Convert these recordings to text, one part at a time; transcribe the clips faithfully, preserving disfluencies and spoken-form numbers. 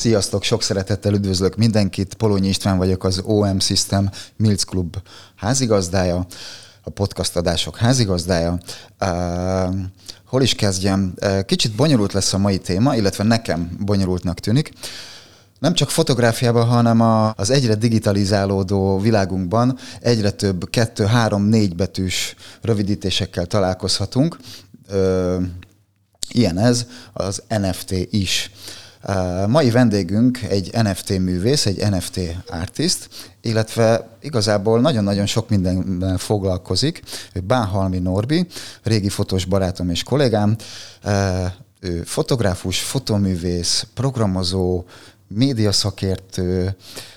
Sziasztok, sok szeretettel üdvözlök mindenkit. Polonyi István vagyok, az o em System Milc Club házigazdája, a podcast adások házigazdája. Uh, hol is kezdjem? Uh, kicsit bonyolult lesz a mai téma, illetve nekem bonyolultnak tűnik. Nem csak fotográfiában, hanem a, az egyre digitalizálódó világunkban egyre több kettő, három, négy betűs rövidítésekkel találkozhatunk. Uh, ilyen ez az en ef té is. Uh, mai vendégünk egy en ef té művész, egy en ef té artist, illetve igazából nagyon-nagyon sok mindenben foglalkozik. Ő Bánhalmi Norbi, régi fotós barátom és kollégám. Uh, ő fotográfus, fotoművész, programozó, médiaszakértő.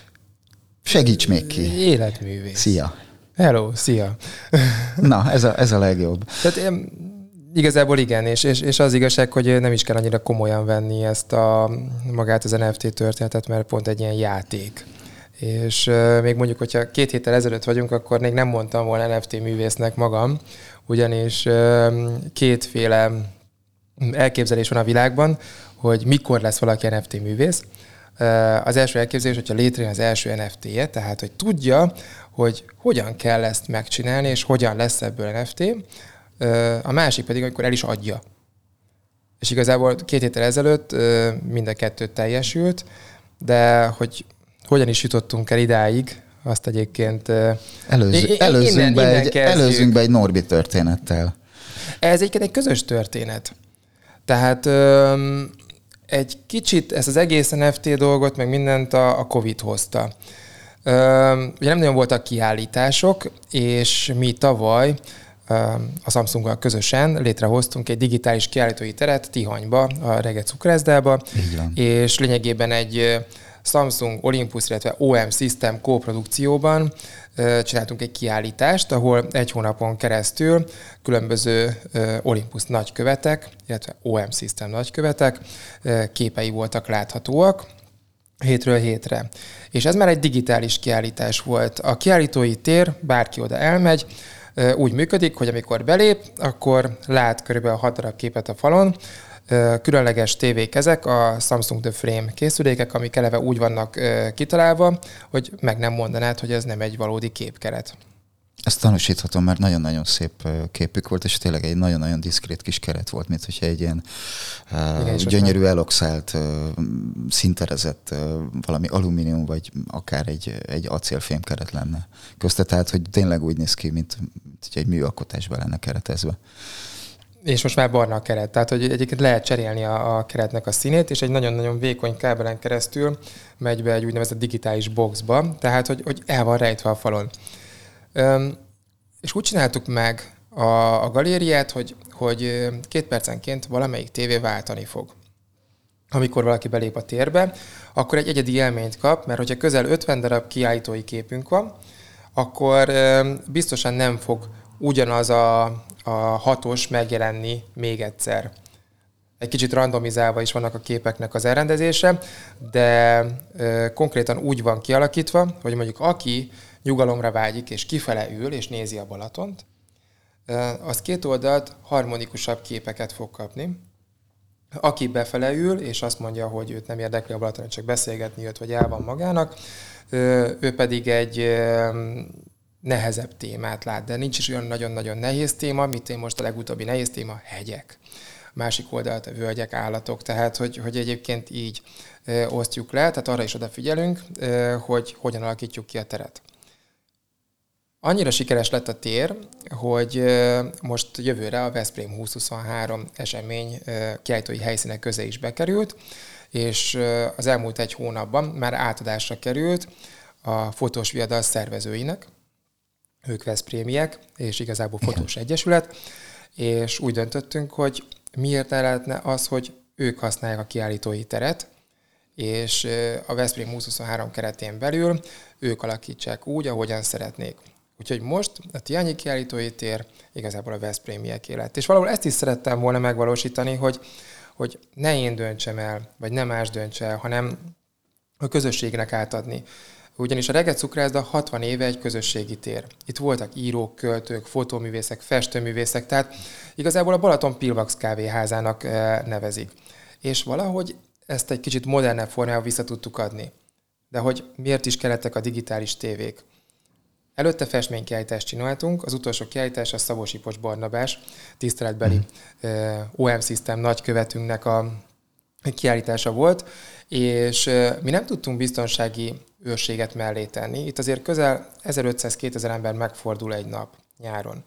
Segíts még ki! Életművész. Szia! Hello, szia! Na, ez a, ez a legjobb. Tehát én, igazából igen, és, és, és az igazság, hogy nem is kell annyira komolyan venni ezt a magát az en ef té történetet, mert pont egy ilyen játék. És euh, még mondjuk, hogyha két héttel ezelőtt vagyunk, akkor még nem mondtam volna en ef té művésznek magam, ugyanis euh, kétféle elképzelés van a világban, hogy mikor lesz valaki en ef té művész. Az első elképzelés, hogyha létrejön az első en ef té-je, tehát hogy tudja, hogy hogyan kell ezt megcsinálni, és hogyan lesz ebből en ef té. A másik pedig, amikor el is adja. És igazából két héttel ezelőtt mind a kettő teljesült, de hogy hogyan is jutottunk el idáig, azt egyébként... Előző, I- előzünk, innen, be, innen egy, előzünk be egy Norbi történettel. Ez egyébként egy közös történet. Tehát öm, egy kicsit ezt az egész en ef té dolgot, meg mindent a, a Covid hozta. Öm, ugye nem nagyon voltak kiállítások, és mi tavaly öm, a Samsunggal közösen létrehoztunk egy digitális kiállítói teret Tihanyba, a Rege Cukrászdába, és lényegében egy Samsung Olympus, illetve o em System kóprodukcióban csináltunk egy kiállítást, ahol egy hónapon keresztül különböző Olympus nagykövetek, illetve o em System nagykövetek képei voltak láthatóak hétről hétre. És ez már egy digitális kiállítás volt. A kiállítói tér, bárki oda elmegy, úgy működik, hogy amikor belép, akkor lát körülbelül hat darab képet a falon, különleges tévék ezek, a Samsung The Frame készülékek, amik eleve úgy vannak kitalálva, hogy meg nem mondanád, hogy ez nem egy valódi képkeret. Ezt tanúsíthatom, mert nagyon-nagyon szép képük volt, és tényleg egy nagyon-nagyon diszkrét kis keret volt, mint hogyha egy ilyen Igen, gyönyörű eloxált, uh, színterezett uh, valami alumínium, vagy akár egy, egy acélfém keret lenne közte, tehát hogy tényleg úgy néz ki, mint, mint egy műalkotásban lenne keretezve. És most már barna a keret, tehát hogy egyébként lehet cserélni a, a keretnek a színét, és egy nagyon-nagyon vékony kábelen keresztül megy be egy úgynevezett digitális boxba, tehát hogy, hogy el van rejtve a falon. Üm, és úgy csináltuk meg a, a galériát, hogy, hogy két percenként valamelyik tévé váltani fog. Amikor valaki belép a térbe, akkor egy egyedi élményt kap, mert hogyha közel ötven darab kiállítói képünk van, akkor üm, biztosan nem fog ugyanaz a, a hatos megjelenni még egyszer. Egy kicsit randomizálva is vannak a képeknek az elrendezése, de ö, konkrétan úgy van kialakítva, hogy mondjuk aki nyugalomra vágyik, és kifele ül, és nézi a Balatont, ö, az két oldalt harmonikusabb képeket fog kapni. Aki befele ül, és azt mondja, hogy őt nem érdekli a Balaton, csak beszélgetni jött, vagy el van magának, ö, ő pedig egy... Ö, nehezebb témát lát, de nincs is olyan nagyon-nagyon nehéz téma, mint én most a legutóbbi nehéz téma, hegyek. A másik oldalt a völgyek, állatok, tehát hogy, hogy egyébként így ö, osztjuk le, tehát arra is odafigyelünk, ö, hogy hogyan alakítjuk ki a teret. Annyira sikeres lett a tér, hogy ö, most jövőre a Veszprém húsz-huszonhárom esemény ö, kiállítói helyszínek közé is bekerült, és ö, az elmúlt egy hónapban már átadásra került a Fotós Viadal szervezőinek, ők veszprémiek, és igazából Fotós Egyesület, és úgy döntöttünk, hogy miért ne lehetne az, hogy ők használják a kiállítói teret, és a Veszprém húsz-huszonhárom keretén belül ők alakítsák úgy, ahogyan szeretnék. Úgyhogy most a Tihanyi kiállítói tér igazából a veszprémieké lett. És valahol ezt is szerettem volna megvalósítani, hogy, hogy ne én döntsem el, vagy nem más döntse el, hanem a közösségnek átadni. Ugyanis a Rege Cukrászda hatvan éve egy közösségi tér. Itt voltak írók, költők, fotóművészek, festőművészek, tehát igazából a Balaton Pilvax kávéházának nevezik. És valahogy ezt egy kicsit modernebb formába vissza tudtuk adni. De hogy miért is kellettek a digitális tévék? Előtte festménykiállítást csináltunk, az utolsó kiállítás a Szabó Sipos Barnabás, tiszteletbeli mm. o em System nagykövetünknek a kiállítása volt, és mi nem tudtunk biztonsági őrséget mellé tenni. Itt azért közel ezerötszáz-kétezer ember megfordul egy nap nyáron.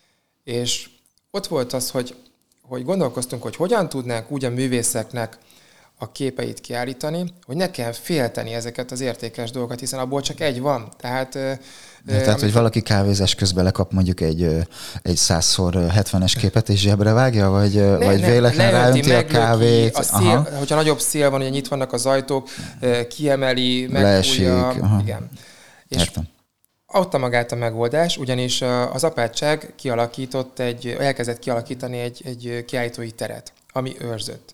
És ott volt az, hogy, hogy gondolkoztunk, hogy hogyan tudnánk úgy a művészeknek a képeit kiállítani, hogy ne kell félteni ezeket az értékes dolgokat, hiszen abból csak egy van. Tehát, ja, tehát amit... hogy valaki kávézás közben lekap mondjuk egy, egy százszor hetvenes képet és zsebre vágja, vagy, ne, vagy ne, véletlen ráönti a kávét. A szél, hogyha nagyobb szél van, ugye nyitva vannak az ajtók, kiemeli, megfújja. Igen. És Értem. Adta magát a megoldás, ugyanis az apátság kialakított egy, elkezdett kialakítani egy, egy kiállítói teret, ami őrzött.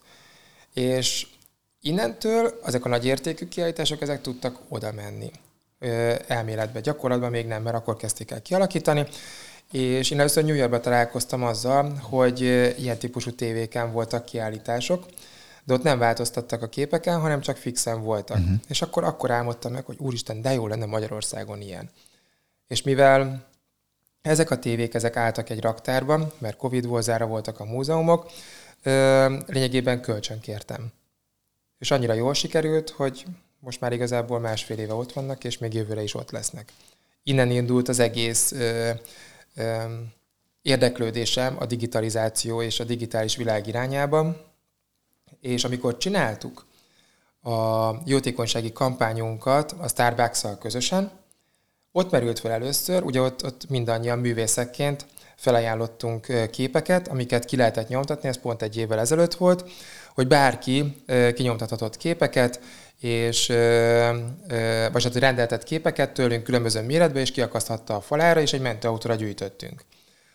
És innentől ezek a nagy értékű kiállítások, ezek tudtak oda menni. Elméletben, gyakorlatban még nem, mert akkor kezdték el kialakítani. És én először New Yorkban találkoztam azzal, hogy ilyen típusú tévéken voltak kiállítások, de ott nem változtattak a képeken, hanem csak fixen voltak. Uh-huh. És akkor, akkor álmodtam meg, hogy úristen, de jó lenne Magyarországon ilyen. És mivel ezek a tévék, ezek álltak egy raktárban, mert Covid volt, zárva voltak a múzeumok, lényegében kölcsön kértem. És annyira jól sikerült, hogy most már igazából másfél éve ott vannak, és még jövőre is ott lesznek. Innen indult az egész ö, ö, érdeklődésem a digitalizáció és a digitális világ irányában. És amikor csináltuk a jótékonysági kampányunkat a Starbucks-szal közösen, ott merült fel először, ugye ott, ott mindannyian művészekként felajánlottunk képeket, amiket ki lehetett nyomtatni, ez pont egy évvel ezelőtt volt, hogy bárki kinyomtathatott képeket, és, vagy hát rendeltett képeket tőlünk különböző méretbe, és kiakaszthatta a falára, és egy mentőautóra gyűjtöttünk.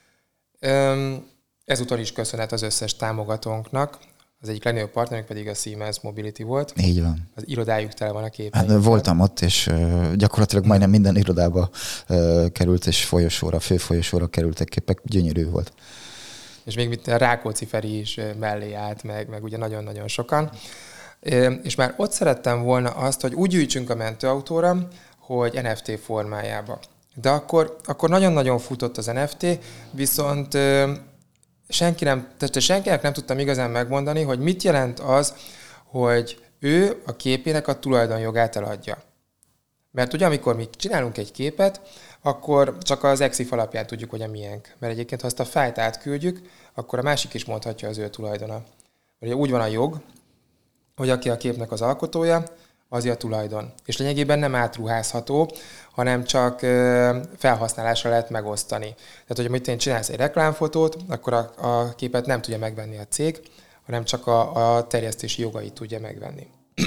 Ezúton is köszönet az összes támogatónknak, az egyik legnagyobb partnerünk pedig a Siemens Mobility volt. Így van. Az irodájuk tele van a képeink. Hát, voltam ott, és gyakorlatilag majdnem minden irodába került, és folyosóra, főfolyosóra kerültek képek. Gyönyörű volt. És még mit a Rákóczi Feri is mellé állt, meg, meg ugye nagyon-nagyon sokan. És már ott szerettem volna azt, hogy úgy gyűjtsünk a mentőautóra, hogy en ef té formájába. De akkor, akkor nagyon-nagyon futott az en ef té, viszont senki nem, tehát senkinek nem tudtam igazán megmondani, hogy mit jelent az, hogy ő a képének a tulajdonjogát eladja. Mert ugye, amikor mi csinálunk egy képet, akkor csak az exif alapján tudjuk, hogy a miénk. Mert egyébként, ha azt a fájlt átküldjük, akkor a másik is mondhatja az ő tulajdona. Ugye úgy van a jog, hogy aki a képnek az alkotója, az a tulajdon. És lényegében nem átruházható, hanem csak felhasználásra lehet megosztani. Tehát, hogy amit én csinálsz egy reklámfotót, akkor a, a képet nem tudja megvenni a cég, hanem csak a, a terjesztési jogait tudja megvenni.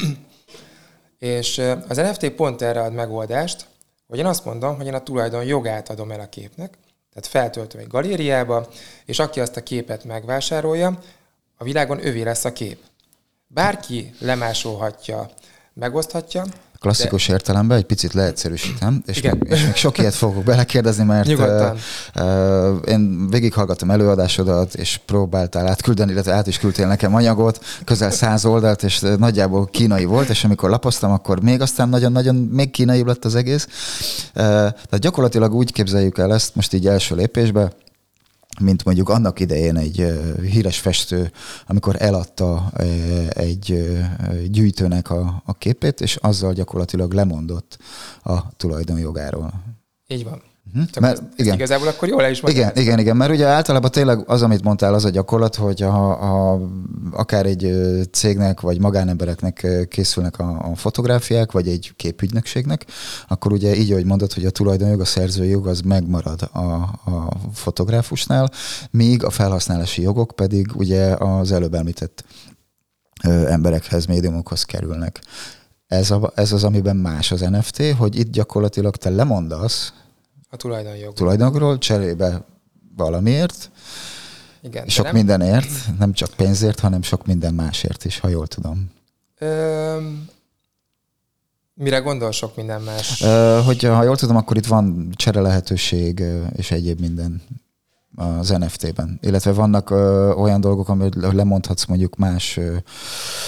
És az en ef té pont erre ad megoldást, hogy én azt mondom, hogy én a tulajdon jogát adom el a képnek, tehát feltöltöm egy galériába, és aki azt a képet megvásárolja, a világon övé lesz a kép. Bárki lemásolhatja, megoszthatja. Klasszikus de... értelemben egy picit leegyszerűsítem, és még, és még sok ilyet fogok belekérdezni, mert uh, uh, én végighallgattam előadásodat, és próbáltál átküldeni, illetve át is küldtél nekem anyagot, közel száz oldalt, és nagyjából kínai volt, és amikor lapoztam, akkor még aztán nagyon-nagyon még kínaibb lett az egész. Uh, tehát gyakorlatilag úgy képzeljük el ezt most így első lépésbe, mint mondjuk annak idején egy híres festő, amikor eladta egy gyűjtőnek a, a képét, és azzal gyakorlatilag lemondott a tulajdonjogáról. Így van. Uh-huh. Mert, ezt, igen. Ezt igazából akkor jól el is mondani. Igen, igen, igen, mert ugye általában tényleg az, amit mondtál, az a gyakorlat, hogy ha, ha akár egy cégnek vagy magánembereknek készülnek a, a fotográfiák, vagy egy képügynökségnek, akkor ugye így, ahogy mondod, hogy a tulajdonjog, a szerzői jog az megmarad a, a fotográfusnál, míg a felhasználási jogok pedig ugye az előbb említett emberekhez, médiumokhoz kerülnek. Ez, a, ez az, amiben más az en ef té, hogy itt gyakorlatilag te lemondasz a tulajdonjog. Tulajdonjogról cserébe valamiért, igen, sok nem... mindenért, nem csak pénzért, hanem sok minden másért is, ha jól tudom. Ö, mire gondol sok minden más? Ö, hogy ha jól tudom, akkor itt van csere lehetőség és egyéb minden az en ef té-ben. Illetve vannak ö, olyan dolgok, amiről lemondhatsz mondjuk más ö,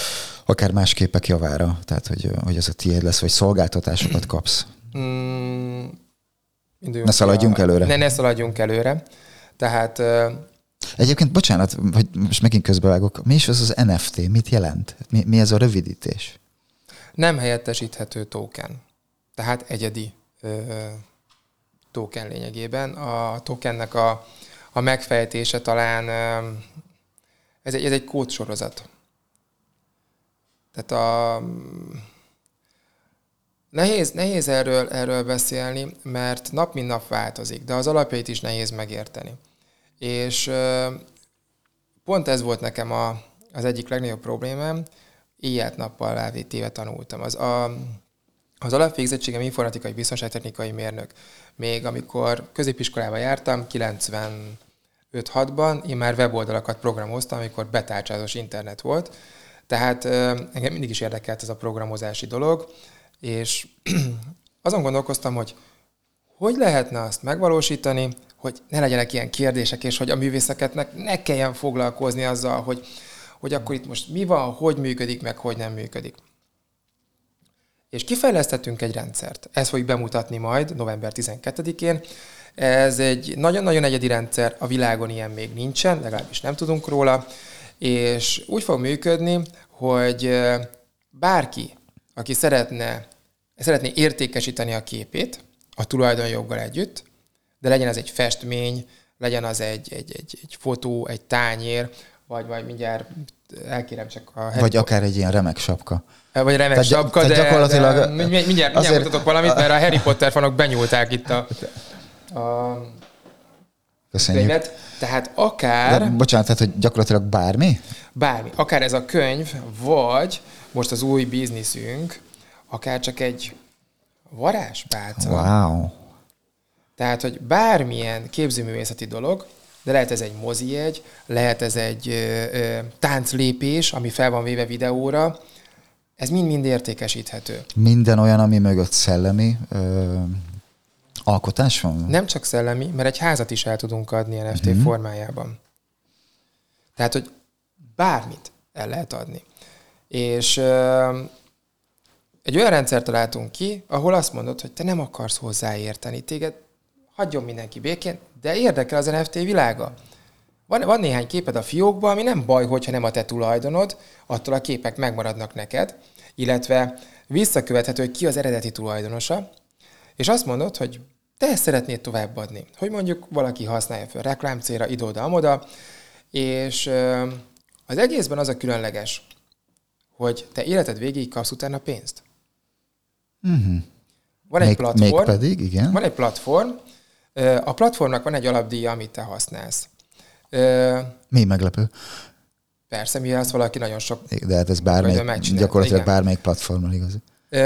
Akár más képek javára, tehát hogy, hogy ez a tiéd lesz, vagy szolgáltatásokat kapsz. Mm, ne szaladjunk a, előre. Ne, ne szaladjunk előre. Tehát... Egyébként, bocsánat, hogy most megint közbevágok, mi is az az en ef té? Mit jelent? Mi, mi ez a rövidítés? Nem helyettesíthető token. Tehát egyedi ö, token lényegében. A tokennek a, a megfejtése talán ö, ez egy, ez egy kódsorozat. Tehát a, nehéz, nehéz erről, erről beszélni, mert nap mint nap változik, de az alapjait is nehéz megérteni. És ö, pont ez volt nekem a, az egyik legnagyobb problémám, éjjel-nappal elvétéve tanultam. Az, a, az alapvégzettségem informatikai biztonságtechnikai mérnök. Még amikor középiskolában jártam, kilencvenöt hatban, én már weboldalakat programoztam, amikor betárcsázós internet volt. Tehát engem mindig is érdekelt ez a programozási dolog, és azon gondolkoztam, hogy hogy lehetne azt megvalósítani, hogy ne legyenek ilyen kérdések, és hogy a művészeknek ne kelljen foglalkozni azzal, hogy hogy akkor itt most mi van, hogy működik, meg hogy nem működik. És kifejlesztettünk egy rendszert. Ezt fogjuk bemutatni majd november tizenkettedikén. Ez egy nagyon-nagyon egyedi rendszer, a világon ilyen még nincsen, legalábbis nem tudunk róla, és úgy fog működni, hogy bárki, aki szeretne, szeretné értékesíteni a képét a tulajdonjoggal együtt, de legyen az egy festmény, legyen az egy, egy, egy, egy fotó, egy tányér, vagy, vagy mindjárt elkérem csak a... Harry vagy akár egy ilyen remek sapka. Vagy remek tehát, sapka, tehát de, gyakorlatilag de mindjárt, mindjárt azért... mutatok valamit, mert a Harry Potter fanok benyúlták itt a, a könyvet. Tehát akár... De, bocsánat, tehát hogy gyakorlatilag bármi? Bármi. Akár ez a könyv, vagy most az új bizniszünk, akár csak egy varázspálca. Wow. Tehát, hogy bármilyen képzőművészeti dolog, de lehet ez egy mozijegy, lehet ez egy ö, ö, tánclépés, ami fel van véve videóra, ez mind-mind értékesíthető. Minden olyan, ami mögött szellemi ö, alkotás van? Nem csak szellemi, mert egy házat is el tudunk adni en ef té mm-hmm. formájában. Tehát, hogy bármit el lehet adni. És ö, egy olyan rendszert találtunk ki, ahol azt mondod, hogy te nem akarsz hozzáérteni, téged hagyjon mindenki békén, de érdekel az en ef té világa. Van, van néhány képed a fiókban, ami nem baj, hogyha nem a te tulajdonod, attól a képek megmaradnak neked, illetve visszakövethető, hogy ki az eredeti tulajdonosa, és azt mondod, hogy te ezt szeretnéd továbbadni. Hogy mondjuk valaki használja fel reklám célra, ide-oda-amoda, és az egészben az a különleges, hogy te életed végéig kapsz utána pénzt. Mm-hmm. Van egy még, platform, még pedig, igen. Van egy platform, a platformnak van egy alapdíja, amit te használsz. Mi meglepő? Persze, mivel azt valaki nagyon sok... De hát ez bármelyik, gyakorlatilag igen. bármelyik platformon igaz.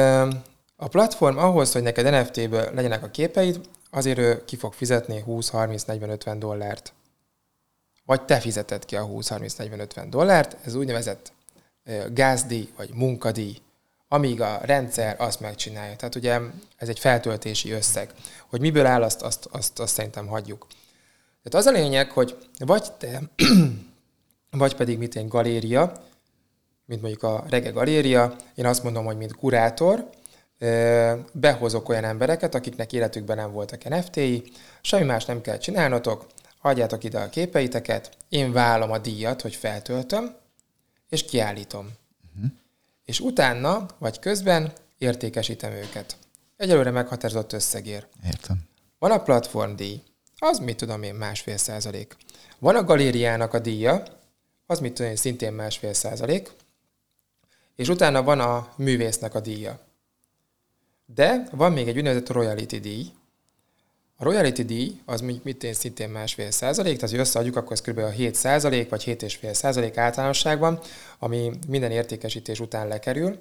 A platform ahhoz, hogy neked en ef té-ből legyenek a képeid, azért ő ki fog fizetni húsz, harminc, negyven, ötven dollárt. Vagy te fizeted ki a húsz, harminc, negyven, ötven dollárt, ez úgynevezett gázdíj, vagy munkadíj, amíg a rendszer azt megcsinálja. Tehát ugye ez egy feltöltési összeg. Hogy miből áll, azt, azt, azt, azt szerintem hagyjuk. Tehát az a lényeg, hogy vagy te, vagy pedig mint egy galéria, mint mondjuk a Rege Galéria, én azt mondom, hogy mint kurátor, behozok olyan embereket, akiknek életükben nem voltak en ef té-i, semmi más nem kell csinálnotok, adjátok ide a képeiteket, én vállom a díjat, hogy feltöltöm, és kiállítom. Uh-huh. És utána, vagy közben értékesítem őket. Egyelőre meghatározott összegér. Értem. Van a platformdíj, az mit tudom én, másfél százalék. Van a galériának a díja, az mit tudom én, szintén másfél százalék. És utána van a művésznek a díja. De van még egy úgynevezett royalty díj. A royalty díj, az mit én szintén másfél százalék, tehát hogy összeadjuk, akkor ez kb. hét százalék, vagy hét egész öt százalék általánosságban, ami minden értékesítés után lekerül.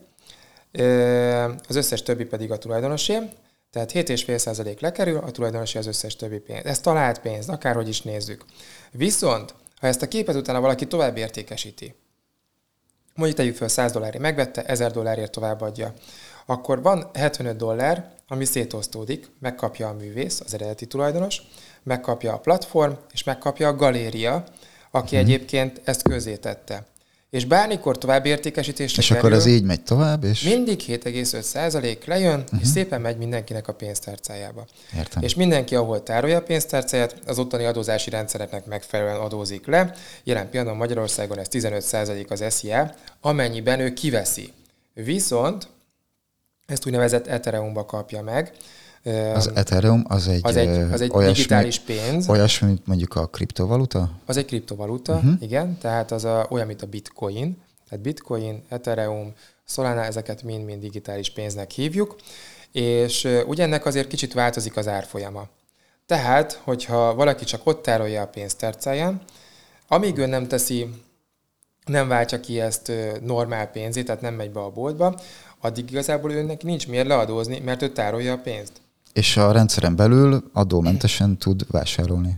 Az összes többi pedig a tulajdonosé. Tehát hét egész öt százalék lekerül, a tulajdonosé az összes többi pénz. Ez talált pénz, akárhogy is nézzük. Viszont, ha ezt a képet utána valaki tovább értékesíti, mondjuk tegyük fel száz dollárért megvette, ezer dollárért továbbadja, akkor van hetvenöt dollár, ami szétosztódik, megkapja a művész, az eredeti tulajdonos, megkapja a platform, és megkapja a galéria, aki hmm. egyébként ezt közzétette. És bármikor tovább értékesítésre És kerül, akkor ez így megy tovább, és... mindig hét egész öt százalék lejön, uh-huh. és szépen megy mindenkinek a pénztárcájába. Értem. És mindenki, ahol tárolja a pénztárcáját, az ottani adózási rendszereknek megfelelően adózik le. Jelen pillanatban Magyarországon ez tizenöt százalék az es zé á, amennyiben ő kiveszi. Viszont ezt úgynevezett Ethereumba kapja meg. Az Ethereum az egy, az egy, az egy olyasmi, digitális pénz. Olyasmi, mint mondjuk a kriptovaluta? Az egy kriptovaluta, uh-huh. igen, tehát az a, olyan, mint a bitcoin. Tehát bitcoin, Ethereum, Solana, ezeket mind-mind digitális pénznek hívjuk, és ugye ennek azért kicsit változik az árfolyama. Tehát, hogyha valaki csak ott tárolja a pénztárcáján, amíg ő nem teszi, nem váltja ki ezt normál pénzét, tehát nem megy be a boltba, addig igazából őnek nincs miért leadózni, mert ő tárolja a pénzt. És a rendszeren belül adómentesen tud vásárolni.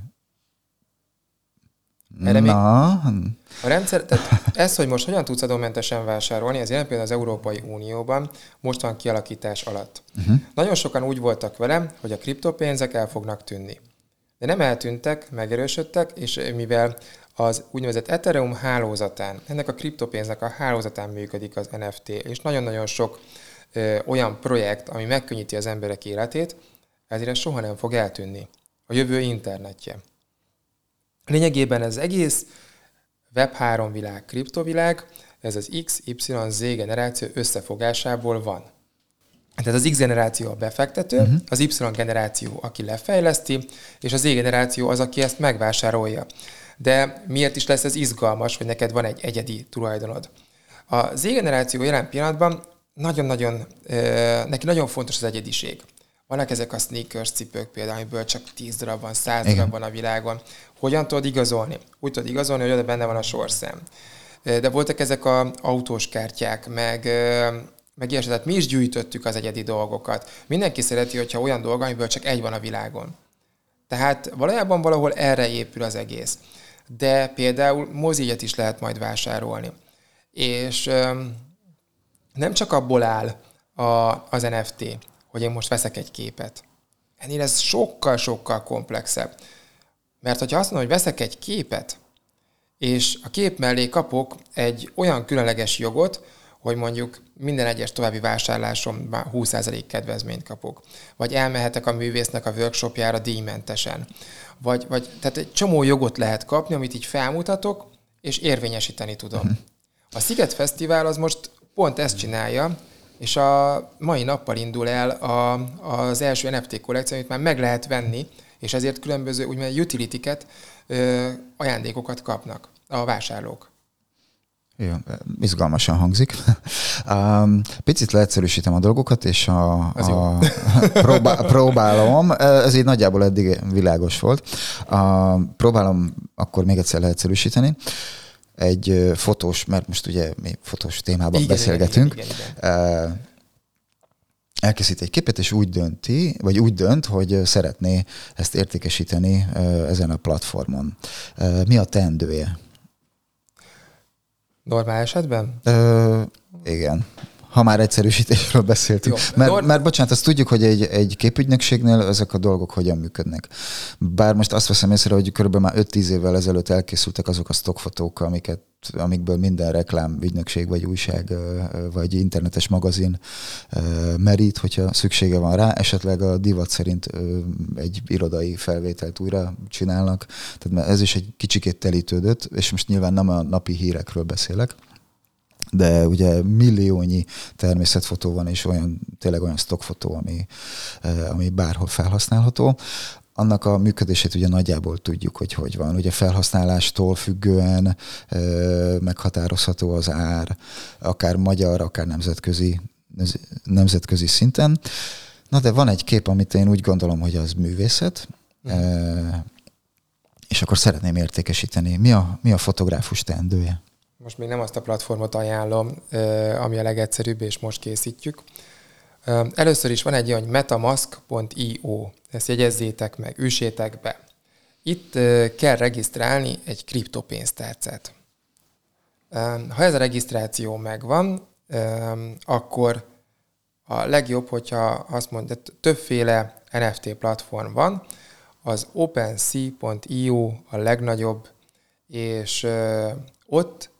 Erre Na... A rendszer, tehát ez, hogy most hogyan tudsz adómentesen vásárolni, ez jelen például az Európai Unióban most van kialakítás alatt. Uh-huh. Nagyon sokan úgy voltak vele, hogy a kriptopénzek el fognak tűnni. De nem eltűntek, megerősödtek, és mivel az úgynevezett Ethereum hálózatán, ennek a kriptopénznek a hálózatán működik az en ef té, és nagyon-nagyon sok ö, olyan projekt, ami megkönnyíti az emberek életét, ezért soha nem fog eltűnni. A jövő internetje. Lényegében ez egész web három világ, kriptovilág, ez az X, Y, Z generáció összefogásából van. Tehát az X generáció a befektető, uh-huh. az Y generáció, aki lefejleszti, és az Z generáció az, aki ezt megvásárolja. De miért is lesz ez izgalmas, hogy neked van egy egyedi tulajdonod? A Z generáció jelen pillanatban nagyon-nagyon, neki nagyon fontos az egyediség. Vannak ezek a sneakers cipők például, amiből csak tíz darab van, száz darab van a világon. Hogyan tudod igazolni? Úgy tudod igazolni, hogy oda benne van a sorszám. De voltak ezek az autós kártyák, meg, meg ilyesmi. Tehát mi is gyűjtöttük az egyedi dolgokat. Mindenki szereti, hogyha olyan dolga, amiből csak egy van a világon. Tehát valójában valahol erre épül az egész. De például mozijegyet is lehet majd vásárolni. És nem csak abból áll a, az en ef té, hogy én most veszek egy képet. Ennél ez sokkal-sokkal komplexebb. Mert hogyha azt mondom, hogy veszek egy képet, és a kép mellé kapok egy olyan különleges jogot, hogy mondjuk minden egyes további vásárlásomban húsz százalék kedvezményt kapok. Vagy elmehetek a művésznek a workshopjára díjmentesen. Vagy, vagy, tehát egy csomó jogot lehet kapni, amit így felmutatok, és érvényesíteni tudom. A Sziget Fesztivál az most pont ezt csinálja, és a mai nappal indul el a, az első en ef té kollekció, amit már meg lehet venni, és ezért különböző úgymond utility-ket, ö, ajándékokat kapnak a vásárlók. Jó, izgalmasan hangzik. Um, picit leegyszerűsítem a dolgokat, és a, a próbá, próbálom, ez így nagyjából eddig világos volt, uh, próbálom akkor még egyszer leegyszerűsíteni. Egy fotós, mert most ugye mi fotós témában igen, beszélgetünk, igen, igen, igen. elkészít egy képet, és úgy dönti, vagy úgy dönt, hogy szeretné ezt értékesíteni ezen a platformon. Mi a teendője? Normál esetben? Ö, igen. Ha már egyszerűsítésről beszéltünk. Jó, mert, nor- mert bocsánat, azt tudjuk, hogy egy, egy képügynökségnél ezek a dolgok hogyan működnek. Bár most azt veszem észre, hogy körülbelül már öt-tíz évvel ezelőtt elkészültek azok a stockfotók, amiket, amikből minden reklám, ügynökség, vagy újság, vagy internetes magazin merít, hogyha szüksége van rá. Esetleg a divat szerint egy irodai felvételt újra csinálnak. Tehát ez is egy kicsikét telítődött, és most nyilván nem a napi hírekről beszélek, de ugye milliónyi természetfotó van, és olyan, tényleg olyan stockfotó, ami, ami bárhol felhasználható. Annak a működését ugye nagyjából tudjuk, hogy hogy van. Ugye felhasználástól függően meghatározható az ár, akár magyar, akár nemzetközi, nemzetközi szinten. Na de van egy kép, amit én úgy gondolom, hogy az művészet, mm. és akkor szeretném értékesíteni. Mi a, mi a fotográfus teendője? Most még nem azt a platformot ajánlom, ami a legegyszerűbb, és most készítjük. Először is van egy olyan, hogy metamask pont io. Ezt jegyezzétek meg, üssétek be. Itt kell regisztrálni egy kriptopénztárcát. Ha ez a regisztráció megvan, akkor a legjobb, hogyha azt mondod, többféle en ef té platform van, az OpenSea pont io a legnagyobb, és ott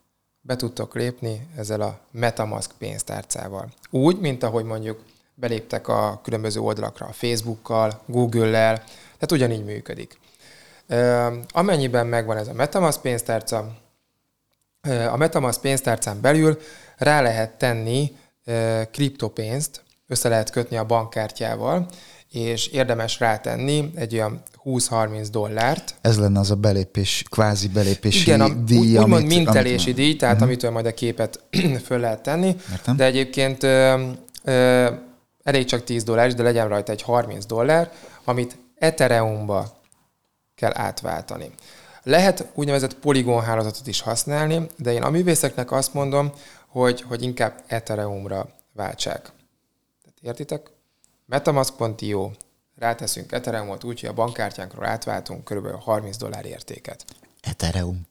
be tudtok lépni ezzel a MetaMask pénztárcával. Úgy, mint ahogy mondjuk beléptek a különböző oldalakra a Facebookkal, Google-lel, tehát ugyanígy működik. Amennyiben megvan ez a MetaMask pénztárca, a MetaMask pénztárcán belül rá lehet tenni kriptopénzt, össze lehet kötni a bankkártyával, és érdemes rátenni egy olyan húsz-harminc dollárt. Ez lenne az a belépés, kvázi belépési Igen, a, díj, úgy, úgymond amit, mintelési amit... díj, tehát uh-huh. amitől majd a képet föl lehet tenni. Értem. De egyébként ö, ö, elég csak tíz dollár, de legyen rajta egy harminc dollár, amit Ethereumba kell átváltani. Lehet úgynevezett Polygon hálózatot is használni, de én a művészeknek azt mondom, hogy, hogy inkább Ethereumra váltsák. Tehát értitek? Metamask pont io, ráteszünk Ethereumot úgy, hogy a bankkártyánkról átváltunk kb. harminc dollár értéket. Ethereum.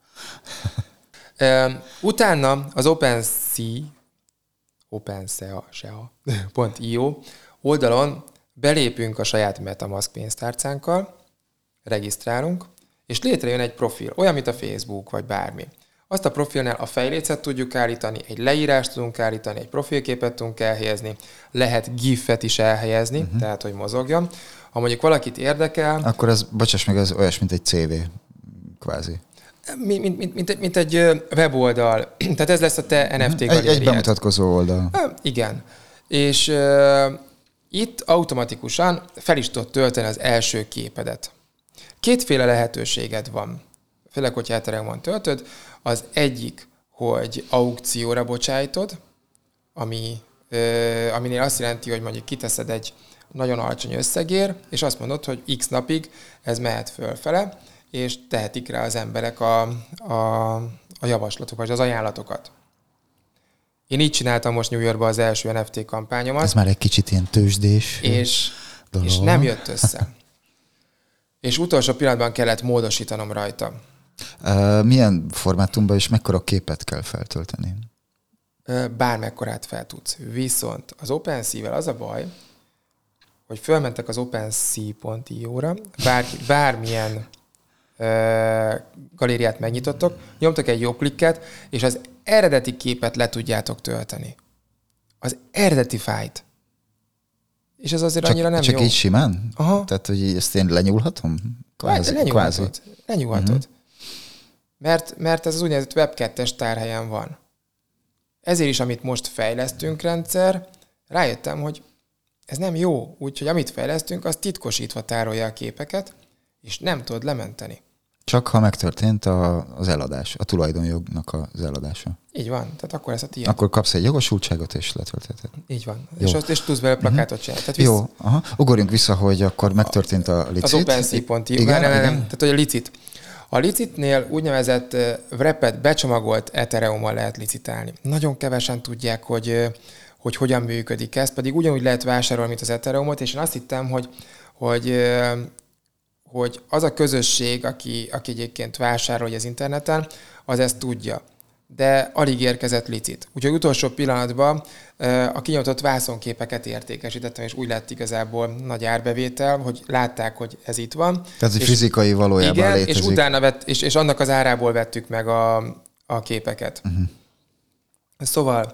Utána az OpenSea, OpenSea pont io oldalon belépünk a saját Metamask pénztárcánkkal, regisztrálunk, és létrejön egy profil, olyan, mint a Facebook, vagy bármi. Azt a profilnál a fejlécet tudjuk állítani, egy leírást tudunk állítani, egy profilképet tudunk elhelyezni, lehet gifet is elhelyezni, uh-huh. tehát, hogy mozogjon. Ha mondjuk valakit érdekel... Akkor az, bocsáss meg, az olyas, mint egy cé vé, kvázi. Mint, mint, mint, mint, mint egy weboldal. Tehát ez lesz a te en ef té galériád. Egy, egy bemutatkozó oldal. Ha, igen. És uh, itt automatikusan fel is tudod tölteni az első képedet. Kétféle lehetőséged van. Főleg, hogyha Ethereumon töltöd. Az egyik, hogy aukcióra bocsájtod, ami, ö, aminél azt jelenti, hogy mondjuk kiteszed egy nagyon alacsony összegér, és azt mondod, hogy x napig ez mehet fölfele, és tehetik rá az emberek a, a, a javaslatokat, vagy az ajánlatokat. Én így csináltam most New Yorkban az első en ef té kampányomat. Ez már egy kicsit ilyen tőzsdés és, és nem jött össze. És utolsó pillanatban kellett módosítanom rajta. Uh, milyen formátumban és mekkora képet kell feltölteni? Bármekkorát fel tudsz. Viszont az OpenSea-vel az a baj, hogy fölmentek az OpenSea pont io-ra, bárki, bármilyen uh, galériát megnyitottok, nyomtak egy jobb klikket, és az eredeti képet le tudjátok tölteni. Az eredeti fájt. És ez azért csak, annyira nem csak jó. Csak így simán? Aha. Tehát, hogy ezt én lenyúlhatom? Kvázi, lenyúlhatod. Lenyúlhatod. Uh-huh. Mert, mert ez az úgynevezett web kettes tárhelyen van. Ezért is, amit most fejlesztünk rendszer, rájöttem, hogy ez nem jó. Úgyhogy amit fejlesztünk, az titkosítva tárolja a képeket, és nem tudod lementeni. Csak ha megtörtént a, az eladás, a tulajdonjognak az eladása. Így van, tehát akkor ez a tiéd. Akkor kapsz egy jogosultságot, és letöltheted. Így van. És, azt, és tudsz vele plakátot csinálni. Tehát visz... Jó, aha. Ugorjunk vissza, hogy akkor megtörtént a licit. Az OpenSea pont io. Nem, nem, nem. Tehát, hogy a licit. A licitnél úgynevezett wrapped, becsomagolt Ethereummal lehet licitálni. Nagyon kevesen tudják, hogy, hogy hogyan működik ez, pedig ugyanúgy lehet vásárolni, mint az Ethereumot, és én azt hittem, hogy, hogy, hogy az a közösség, aki, aki egyébként vásárolja az interneten, az ezt tudja. De alig érkezett licit. Úgyhogy utolsó pillanatban a kinyomtott vászonképeket értékesítettem, és úgy lett igazából nagy árbevétel, hogy látták, hogy ez itt van. Tehát, hogy fizikai valójában igen, létezik. És utána vett, és, és annak az árából vettük meg a, a képeket. Uh-huh. Szóval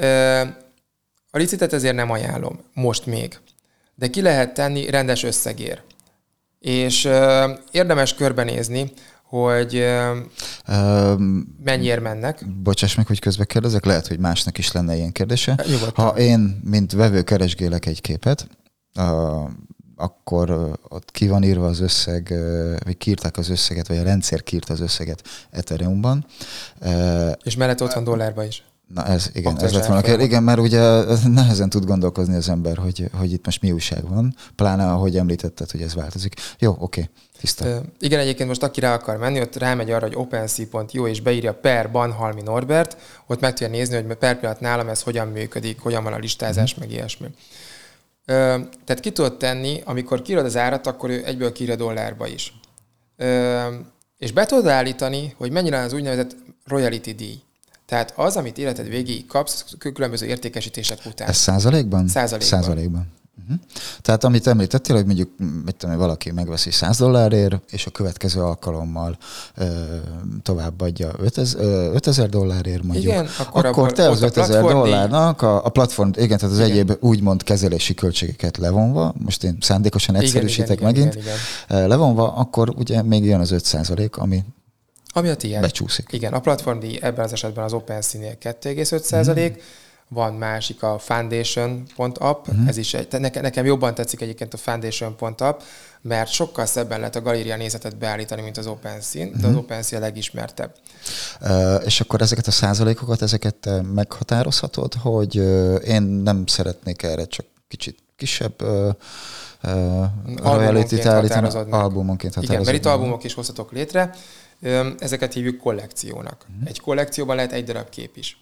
a licitet ezért nem ajánlom, most még. De ki lehet tenni rendes összegér. És érdemes körbenézni, hogy um, mennyiért mennek. Bocsáss meg, hogy közbe kérdezek, lehet, hogy másnak is lenne ilyen kérdése. Nyugodtan. Ha én, mint vevő keresgélek egy képet, uh, akkor uh, ott ki van írva az összeg, uh, vagy kiírták az összeget, vagy a rendszer kiírt az összeget Ethereumban. Uh, És mellett ott van dollárban is. Na ez, igen, ez lett volna kérdés. Igen, mert ugye nehezen tud gondolkozni az ember, hogy, hogy itt most mi újság van, pláne ahogy említetted, hogy ez változik. Jó, oké, okay, tiszta. Uh, igen, egyébként most aki rá akar menni, ott rámegy arra, hogy OpenSea pont io, és beírja per Banhalmi Norbert, ott meg tudja nézni, hogy per pillanat nálam ez hogyan működik, hogyan van a listázás, mm. meg ilyesmi. Uh, tehát ki tudod tenni, amikor kiírod az árat, akkor ő egyből kiírja dollárba is. Uh, és be tudod állítani, hogy mennyire az úgynevezett royalty díj. Tehát az, amit életed végéig kapsz, különböző értékesítések után. Ez százalékban? Százalékban. Százalékban. Uh-huh. Tehát amit említettél, hogy mondjuk mit tudom, valaki megveszi száz dollárért, és a következő alkalommal ö, továbbadja ötezer dollárért mondjuk, igen, akkor, akkor te az ötezer dollárnak a, a platform, igen, tehát az igen. egyéb úgymond kezelési költségeket levonva, most én szándékosan egyszerűsítek igen, megint, igen, igen, igen. levonva, akkor ugye még jön az öt százalék, ami Ami a tiéd. Becsúszik. Igen, a platformdíj ebben az esetben az OpenSea-nél kettő egész öt százalék, mm. van másik a foundation pont app, mm. ez is egy, nekem, nekem jobban tetszik egyébként a foundation pont app, mert sokkal szebben lehet a galéria nézetet beállítani, mint az OpenSea, mm. de az OpenSea a legismertebb. Uh, és akkor ezeket a százalékokat, ezeket meghatározhatod, hogy uh, én nem szeretnék erre csak kicsit kisebb uh, uh, royalty-t állítani, albumonként határozod. Igen, mert itt albumok is hozhatok létre. Ezeket hívjuk kollekciónak. Mm. Egy kollekcióban lehet egy darab kép is.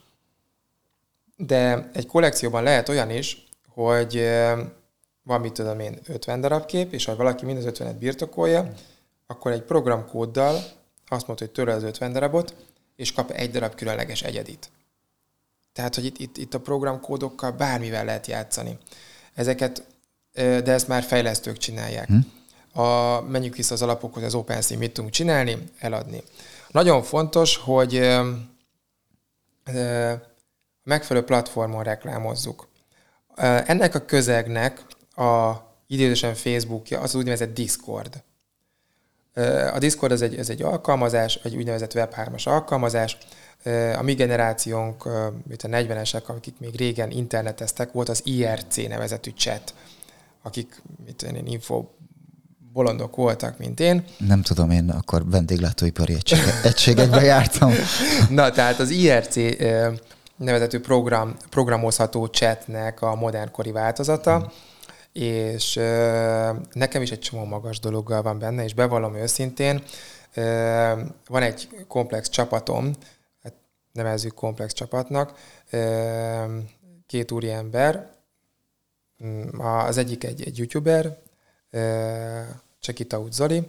De egy kollekcióban lehet olyan is, hogy van, mit tudom én, ötven darab kép, és ha valaki mind az ötvenet birtokolja, mm. akkor egy programkóddal azt mondja, hogy töröl az ötven darabot, és kap egy darab különleges egyedit. Tehát, hogy itt, itt, itt a programkódokkal bármivel lehet játszani. Ezeket, de ezt már fejlesztők csinálják. Mm. A, menjünk vissza az alapokhoz, az OpenSea mit tudunk csinálni, eladni. Nagyon fontos, hogy ö, ö, megfelelő platformon reklámozzuk. Ö, ennek a közegnek a idézősen Facebookja az úgynevezett Discord. Ö, a Discord az egy, ez egy alkalmazás, egy úgynevezett web hármas alkalmazás. Ö, a mi generációnk, ö, mint a negyvenesek, akik még régen interneteztek, volt az I R C nevezetű chat, akik mit én, info bolondok voltak, mint én. Nem tudom, én akkor vendéglátóipari egységek, egységekbe jártam. Na, tehát az I R C nevezetű program, programozható chatnek a modernkori változata, hmm. és nekem is egy csomó magas dologgal van benne, és bevallom őszintén, van egy komplex csapatom, hát nevezzük komplex csapatnak, két úriember, az egyik egy, egy youtuber, Check It Out Zoli,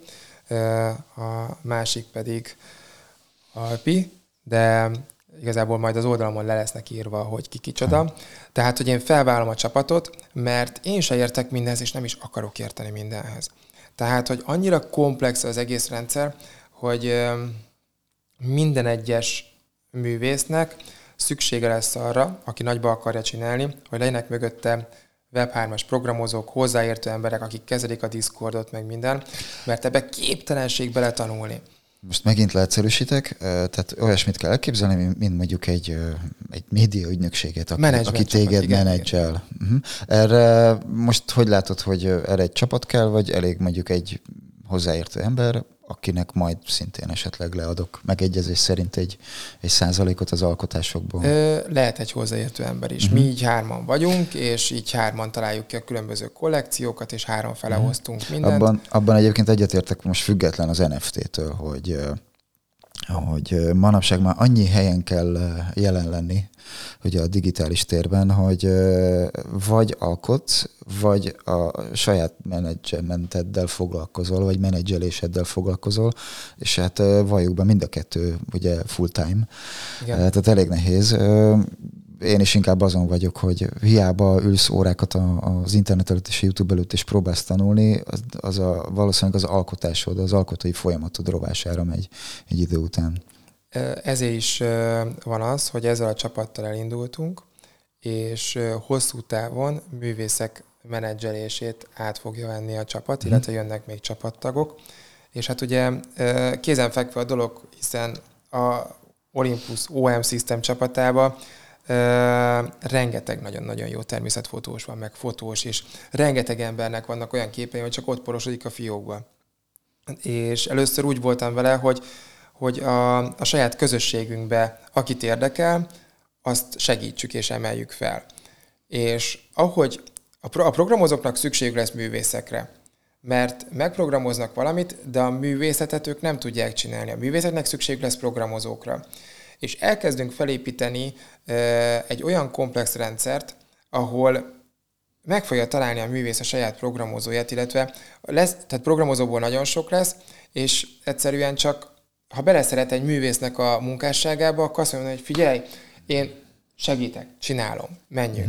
a másik pedig Alpi, de igazából majd az oldalamon le lesznek írva, hogy ki kicsoda. Tehát, hogy én felvállalom a csapatot, mert én se értek mindenhez, és nem is akarok érteni mindenhez. Tehát, hogy annyira komplex az egész rendszer, hogy minden egyes művésznek szüksége lesz arra, aki nagyba akarja csinálni, hogy legyenek mögötte web hármas programozók, hozzáértő emberek, akik kezelik a Discordot, meg minden, mert ebbe képtelenség beletanulni. Most megint leegyszerűsítek, tehát olyasmit kell elképzelni, mint mondjuk egy, egy média ügynökséget, aki, aki téged csapat, menedzsel. Uh-huh. Erre most hogy látod, hogy erre egy csapat kell, vagy elég mondjuk egy hozzáértő ember, akinek majd szintén esetleg leadok megegyezés szerint egy, egy százalékot az alkotásokból? Ö, lehet egy hozzáértő ember is. Uh-huh. Mi így hárman vagyunk, és így hárman találjuk ki a különböző kollekciókat, és három fele uh-huh. hoztunk mindent. Abban, abban egyébként egyetértek most független az en ef té-től, hogy, hogy manapság már annyi helyen kell jelen lenni, ugye a digitális térben, hogy vagy alkotsz, vagy a saját menedzsmenteddel foglalkozol, vagy menedzseléseddel foglalkozol, és hát valljuk be mind a kettő ugye full time. Igen. Tehát elég nehéz. Én is inkább azon vagyok, hogy hiába ülsz órákat az internet előtt és YouTube előtt és próbálsz tanulni, az, az a, valószínűleg az alkotásod, az alkotói folyamatod rovására megy egy idő után. Ezért is van az, hogy ezzel a csapattal elindultunk, és hosszú távon művészek menedzselését át fogja venni a csapat, mm. illetve jönnek még csapattagok. És hát ugye kézenfekvő a dolog, hiszen a Olympus o em System csapatában rengeteg nagyon-nagyon jó természetfotós van, meg fotós, és rengeteg embernek vannak olyan képei, hogy csak ott porosodik a fiókba. És először úgy voltam vele, hogy hogy a, a saját közösségünkbe, akit érdekel, azt segítsük és emeljük fel. És ahogy a, pro, a programozóknak szükség lesz művészekre, mert megprogramoznak valamit, de a művészetet ők nem tudják csinálni. A művészetnek szükség lesz programozókra. És elkezdünk felépíteni e, egy olyan komplex rendszert, ahol meg fogja találni a művész a saját programozóját, illetve lesz, tehát programozóból nagyon sok lesz, és egyszerűen csak ha beleszeret egy művésznek a munkásságába, akkor azt mondja, hogy figyelj, én segítek, csinálom, menjünk. Mm.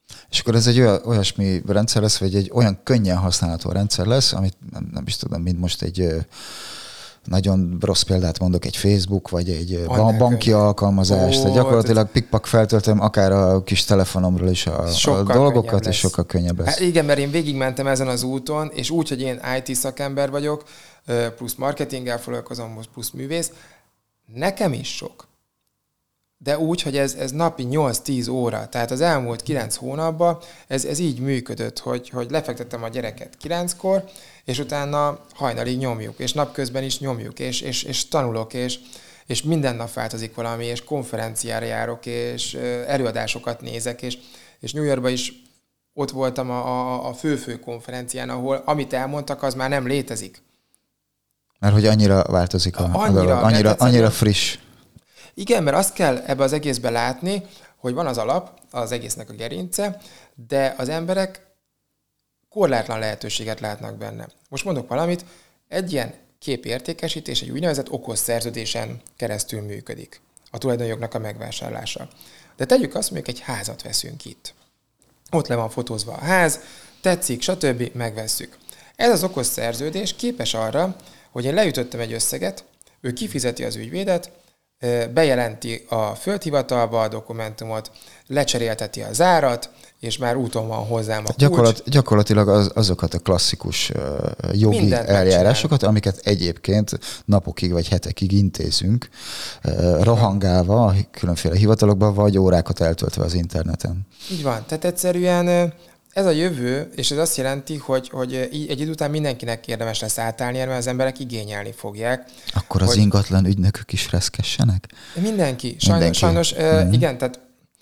És akkor ez egy olyan, olyasmi rendszer lesz, vagy egy olyan könnyen használható rendszer lesz, amit nem, nem is tudom, mint most egy nagyon rossz példát mondok, egy Facebook, vagy egy Annál banki könnyen. alkalmazás. Ó, tehát gyakorlatilag pikpak feltöltöm akár a kis telefonomról is a, a dolgokat, és sokkal könnyebb lesz. Hát igen, mert én végigmentem ezen az úton, és úgy, hogy én i té szakember vagyok, plusz marketinggel foglalkozom, plusz művész, nekem is sok. De úgy, hogy ez, ez napi nyolc-tíz óra, tehát az elmúlt kilenc hónapban ez, ez így működött, hogy, hogy lefektettem a gyereket kilenckor, és utána hajnalig nyomjuk, és napközben is nyomjuk, és, és, és tanulok, és, és minden nap változik valami, és konferenciára járok, és előadásokat nézek, és, és New Yorkban is ott voltam a, a, a fő-fő konferencián, ahol amit elmondtak, az már nem létezik. Mert hogy annyira változik a, annyira, a dolog, annyira, annyira friss. Igen, mert azt kell ebbe az egészbe látni, hogy van az alap, az egésznek a gerince, de az emberek korlátlan lehetőséget látnak benne. Most mondok valamit, egy ilyen képértékesítés egy úgynevezett okos szerződésen keresztül működik. A tulajdonjognak a megvásárlása. De tegyük azt, mondjuk egy házat veszünk itt. Ott le van fotózva a ház, tetszik, stb. Megvesszük. Ez az okos szerződés képes arra, hogy én leütöttem egy összeget, ő kifizeti az ügyvédet, bejelenti a földhivatalba a dokumentumot, lecserélteti az árat, és már úton van hozzám a Gyakorlat, kulcs. Gyakorlatilag az, azokat a klasszikus uh, jogi Mindent eljárásokat, megcsinál. Amiket egyébként napokig vagy hetekig intézünk, uh, rohangálva különféle hivatalokban, vagy órákat eltöltve az interneten. Így van. Tehát egyszerűen ez a jövő, és ez azt jelenti, hogy, hogy egy idő után mindenkinek érdemes lesz átállni, mert az emberek igényelni fogják. Akkor az ingatlan ügynökök is reszkessenek? Mindenki. Sajnos, mindenki. sajnos mm-hmm. igen, tehát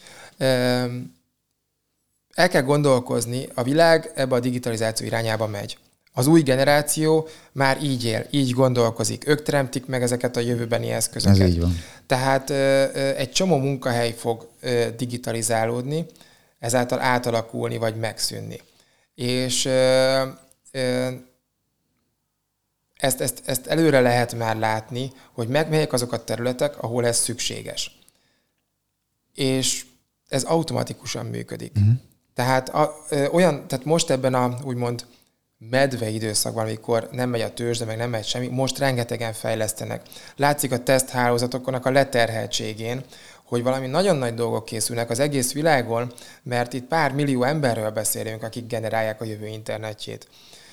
el kell gondolkozni, a világ ebbe a digitalizáció irányába megy. Az új generáció már így él, így gondolkozik. Ők teremtik meg ezeket a jövőbeni eszközöket. Ez így van. Tehát egy csomó munkahely fog digitalizálódni, ezáltal átalakulni vagy megszűnni. És ezt, ezt, ezt előre lehet már látni, hogy megmelyek azok a területek, ahol ez szükséges. És ez automatikusan működik. Uh-huh. Tehát, a, ö, olyan, tehát most ebben a úgymond medve időszakban, amikor nem megy a tőzsde, meg nem megy semmi, most rengetegen fejlesztenek. Látszik a teszthálózatoknak a leterheltségén, hogy valami nagyon nagy dolgok készülnek az egész világon, mert itt pár millió emberről beszélünk, akik generálják a jövő internetjét.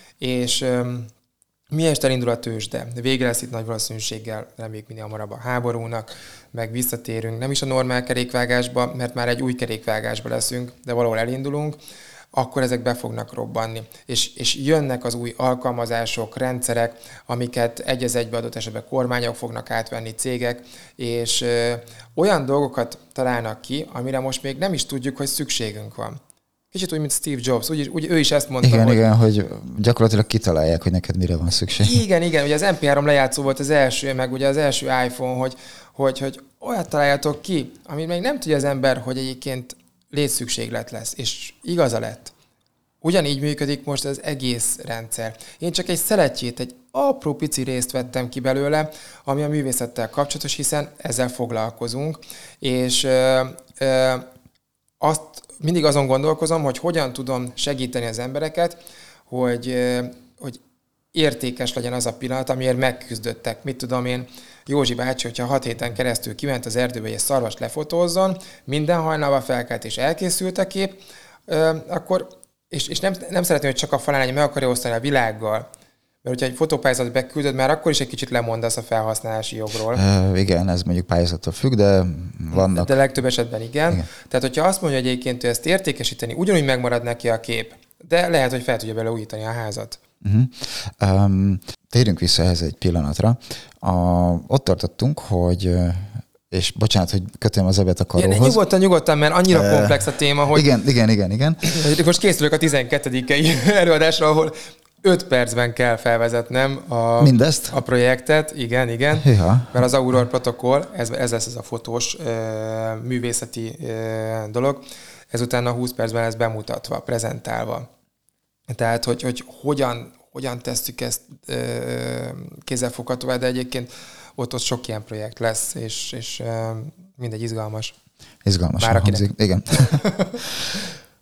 És öm, miért elindul a tőzsde? Vége lesz itt nagy valószínűséggel, reméljük minél hamarabb a háborúnak, meg visszatérünk nem is a normál kerékvágásba, mert már egy új kerékvágásba leszünk, de valahol elindulunk, akkor ezek be fognak robbanni. És, és jönnek az új alkalmazások, rendszerek, amiket egy az egybe adott esetben kormányok fognak átvenni, cégek, és ö, olyan dolgokat találnak ki, amire most még nem is tudjuk, hogy szükségünk van. Kicsit úgy, mint Steve Jobs, úgy, úgy ő is ezt mondta. Igen, hogy... igen, hogy gyakorlatilag kitalálják, hogy neked mire van szükség. Igen, igen, ugye az em pé három lejátszó volt az első, meg ugye az első iPhone, hogy, hogy, hogy olyat találjatok ki, amit még nem tudja az ember, hogy egyébként létszükséglet lesz, és igaza lett. Ugyanígy működik most az egész rendszer. Én csak egy szeletjét, egy apró pici részt vettem ki belőle, ami a művészettel kapcsolatos, hiszen ezzel foglalkozunk, és ö, ö, azt mindig azon gondolkozom, hogy hogyan tudom segíteni az embereket, hogy, ö, hogy értékes legyen az a pillanat, amiért megküzdöttek. Mit tudom én, Józsi bácsi, hogyha hat héten keresztül kiment az erdőbe, hogy egy szarvast lefotózzon, minden hajnalban felkelt és elkészült a kép, ö, akkor, és, és nem, nem szeretném, hogy csak a falán meg akarja osztani a világgal. Mert hogyha egy fotópályázatot beküldöd, már akkor is egy kicsit lemondasz a felhasználási jogról. Uh, igen, ez mondjuk pályázattól függ, de vannak... De legtöbb esetben igen. igen. Tehát, hogyha azt mondja, hogy egyébként ő ezt értékesíteni, ugyanúgy megmarad neki a kép, de lehet, hogy fel tudja beleújítani a házat. Uh-huh. Um, térjünk vissza ehhez egy pillanatra. A, ott tartottunk, hogy... és bocsánat, hogy kötöm az ebet a karóhoz. Ja, nyugodtan, nyugodtan, mert annyira uh, komplex a téma, hogy... Igen, igen, igen, igen. Most készülök a tizenkettedikei előadásra, ahol öt percben kell felvezetnem a, Mindezt? a projektet. Igen, igen. Hűha. Mert az Aurora protokoll, ez, ez lesz ez a fotós uh, művészeti uh, dolog, ezután a húsz percben lesz bemutatva, prezentálva. Tehát, hogy, hogy hogyan, hogyan tesszük ezt uh, kézzelfoghatóvá, de egyébként ott, ott sok ilyen projekt lesz, és, és uh, mindegy izgalmas. Izgalmas hangzik, igen.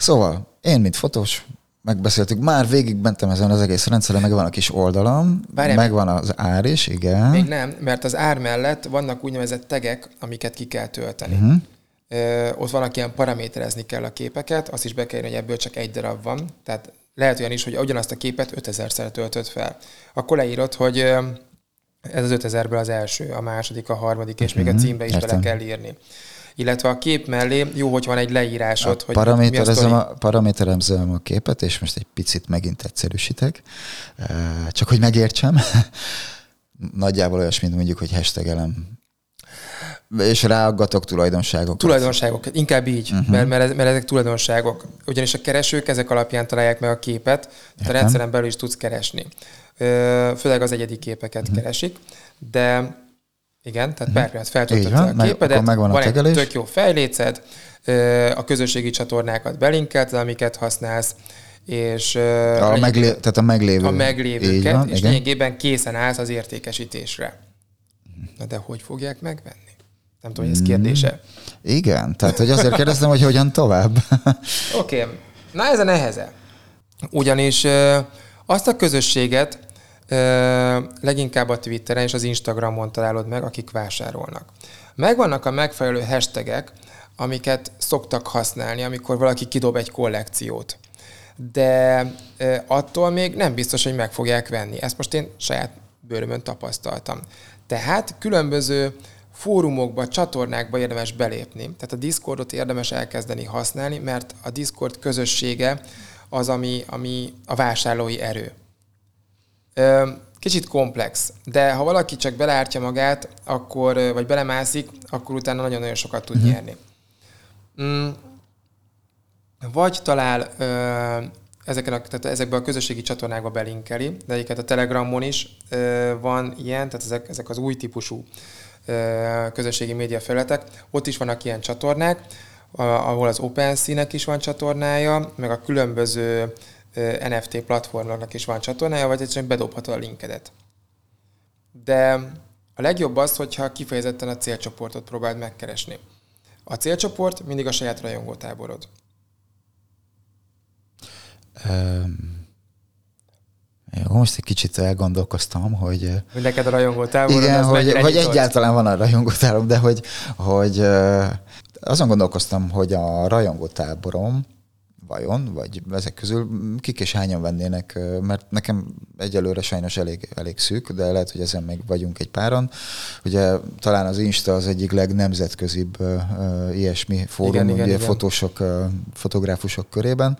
Szóval, én, mint fotós, megbeszéltük, már végigmentem ezen az egész rendszeren, meg van a kis oldalam, Bárján, megvan az ár is, igen. Még nem, mert az ár mellett vannak úgynevezett tegek, amiket ki kell tölteni. Uh-huh. Ö, ott vannak ilyen paraméterezni kell a képeket, azt is be kell írni, hogy ebből csak egy darab van. Tehát lehet olyan is, hogy ugyanazt a képet ötezerszer töltött fel. Akkor leírod, hogy ez az ötezerből az első, a második, a harmadik, és uh-huh. még a címbe is Értem. bele kell írni. Illetve a kép mellé jó, hogy van egy leírásod, hogy paraméterezem a, paraméterezem a képet, és most egy picit megint egyszerűsítek, csak hogy megértsem. Nagyjából olyasmi, mint mondjuk, hogy hashtagelem. És ráaggatok tulajdonságokat. Tulajdonságok, inkább így, uh-huh. mert, mert, mert ezek tulajdonságok. Ugyanis a keresők ezek alapján találják meg a képet, tehát a rendszeren belül is tudsz keresni. Főleg az egyedi képeket uh-huh. keresik, de igen, tehát uh-huh. bármilyen feltöltötted a képedet, meg, van, van egy tök jó fejléced, a közösségi csatornákat belinkelted, amiket használsz, és a, meglé, tehát a meglévő. A meglévőket, van, és igen. lényegében készen állsz az értékesítésre. Na de hogy fogják megvenni? Nem tudom, hogy ez kérdése. Igen, tehát hogy azért kérdeztem, hogy hogyan tovább. Oké, okay. Na ez a neheze. Ugyanis ö, azt a közösséget ö, leginkább a Twitteren és az Instagramon találod meg, akik vásárolnak. Megvannak a megfelelő hashtagek, amiket szoktak használni, amikor valaki kidob egy kollekciót. De ö, attól még nem biztos, hogy meg fogják venni. Ezt most én saját bőrömön tapasztaltam. Tehát különböző fórumokba, csatornákba érdemes belépni. Tehát a Discordot érdemes elkezdeni használni, mert a Discord közössége az, ami, ami a vásárlói erő. Kicsit komplex, de ha valaki csak beleártja magát, akkor, vagy belemászik, akkor utána nagyon-nagyon sokat tud uh-huh. nyerni. Vagy talál ezeken a, tehát ezekben a közösségi csatornákba belinkeli, de egyiket a Telegramon is van ilyen, tehát ezek, ezek az új típusú közösségi média felületek. Ott is vannak ilyen csatornák, ahol az OpenSea-nek is van csatornája, meg a különböző en ef té platformoknak is van csatornája, vagy egyszerűen bedobhatod a linkedet. De a legjobb az, hogyha kifejezetten a célcsoportot próbáld megkeresni. A célcsoport mindig a saját rajongótáborod. Um... Jó, most egy kicsit elgondolkoztam, hogy... Hogy neked a rajongótáborod, igen, hogy, hogy egyáltalán van a rajongótáborom, de hogy, hogy azon gondolkoztam, hogy a rajongótáborom vajon, vagy ezek közül kik és hányan vennének, mert nekem egyelőre sajnos elég, elég szűk, de lehet, hogy ezen még vagyunk egy páran. Ugye talán az Insta az egyik legnemzetközibb ilyesmi fórum, igen, ugye igen, fotósok, igen. fotográfusok körében.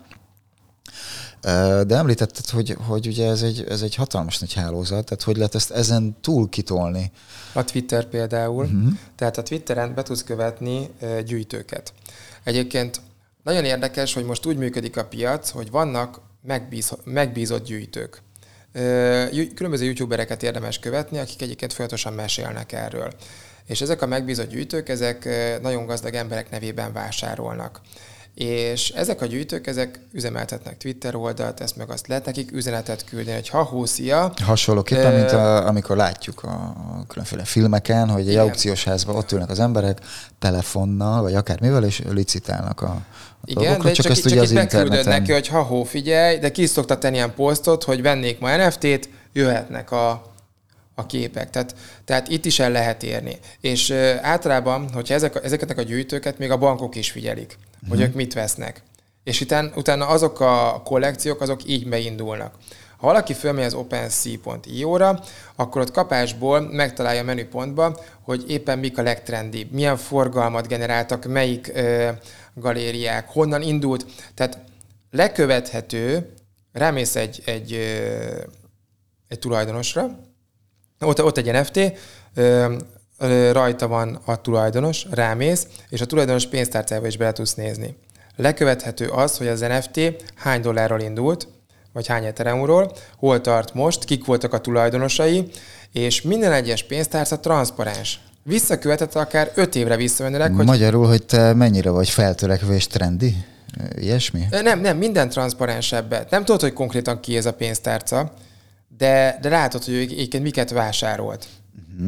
De említetted, hogy, hogy ugye ez egy, ez egy hatalmas nagy hálózat, tehát hogy lehet ezt ezen túl kitolni? A Twitter például. Uh-huh. Tehát a Twitteren be tudsz követni gyűjtőket. Egyébként nagyon érdekes, hogy most úgy működik a piac, hogy vannak megbíz, megbízott gyűjtők. Különböző youtubereket érdemes követni, akik egyébként folyamatosan mesélnek erről. És ezek a megbízott gyűjtők, ezek nagyon gazdag emberek nevében vásárolnak. És ezek a gyűjtők, ezek üzemeltetnek Twitter oldalt, ezt meg azt lehet nekik üzenetet küldeni, hogy ha-hó, szia. Hasonlóképpen, uh, mint a, amikor látjuk a különféle filmeken, hogy egy aukciós házban ott ülnek az emberek telefonnal, vagy akármivel, és licitálnak a, a igen, dolgokra. De csak, csak, csak így beküldöd neki, hogy ha-hó, figyelj, de ki is szoktak tenni ilyen posztot, hogy vennék ma en ef té-t, jöhetnek a a képek. Tehát, tehát itt is el lehet érni. És uh, általában, hogyha ezek, ezeket a gyűjtőket még a bankok is figyelik, uh-huh. hogy ők mit vesznek. És után, utána azok a kollekciók, azok így beindulnak. Ha valaki fölmegy az OpenSea pont io-ra, akkor ott kapásból megtalálja a menüpontba, hogy éppen mik a legtrendibb, milyen forgalmat generáltak, melyik uh, galériák, honnan indult. Tehát lekövethető, rámész egy, egy, uh, egy tulajdonosra, Ott, ott egy en ef té, ö, ö, rajta van a tulajdonos, rámész, és a tulajdonos pénztárcájába is bele tudsz nézni. Lekövethető az, hogy az en ef té hány dollárról indult, vagy hány ethereumról, hol tart most, kik voltak a tulajdonosai, és minden egyes pénztárca transzparens. Visszakövethető akár öt évre visszamenőleg. Hogy... Magyarul, hogy te mennyire vagy feltörekvő és trendi? Ilyesmi? Nem, nem, minden transzparensebb. Nem tudod, hogy konkrétan ki ez a pénztárca, De, de látod, hogy egyébként miket vásárolt. Uh-huh.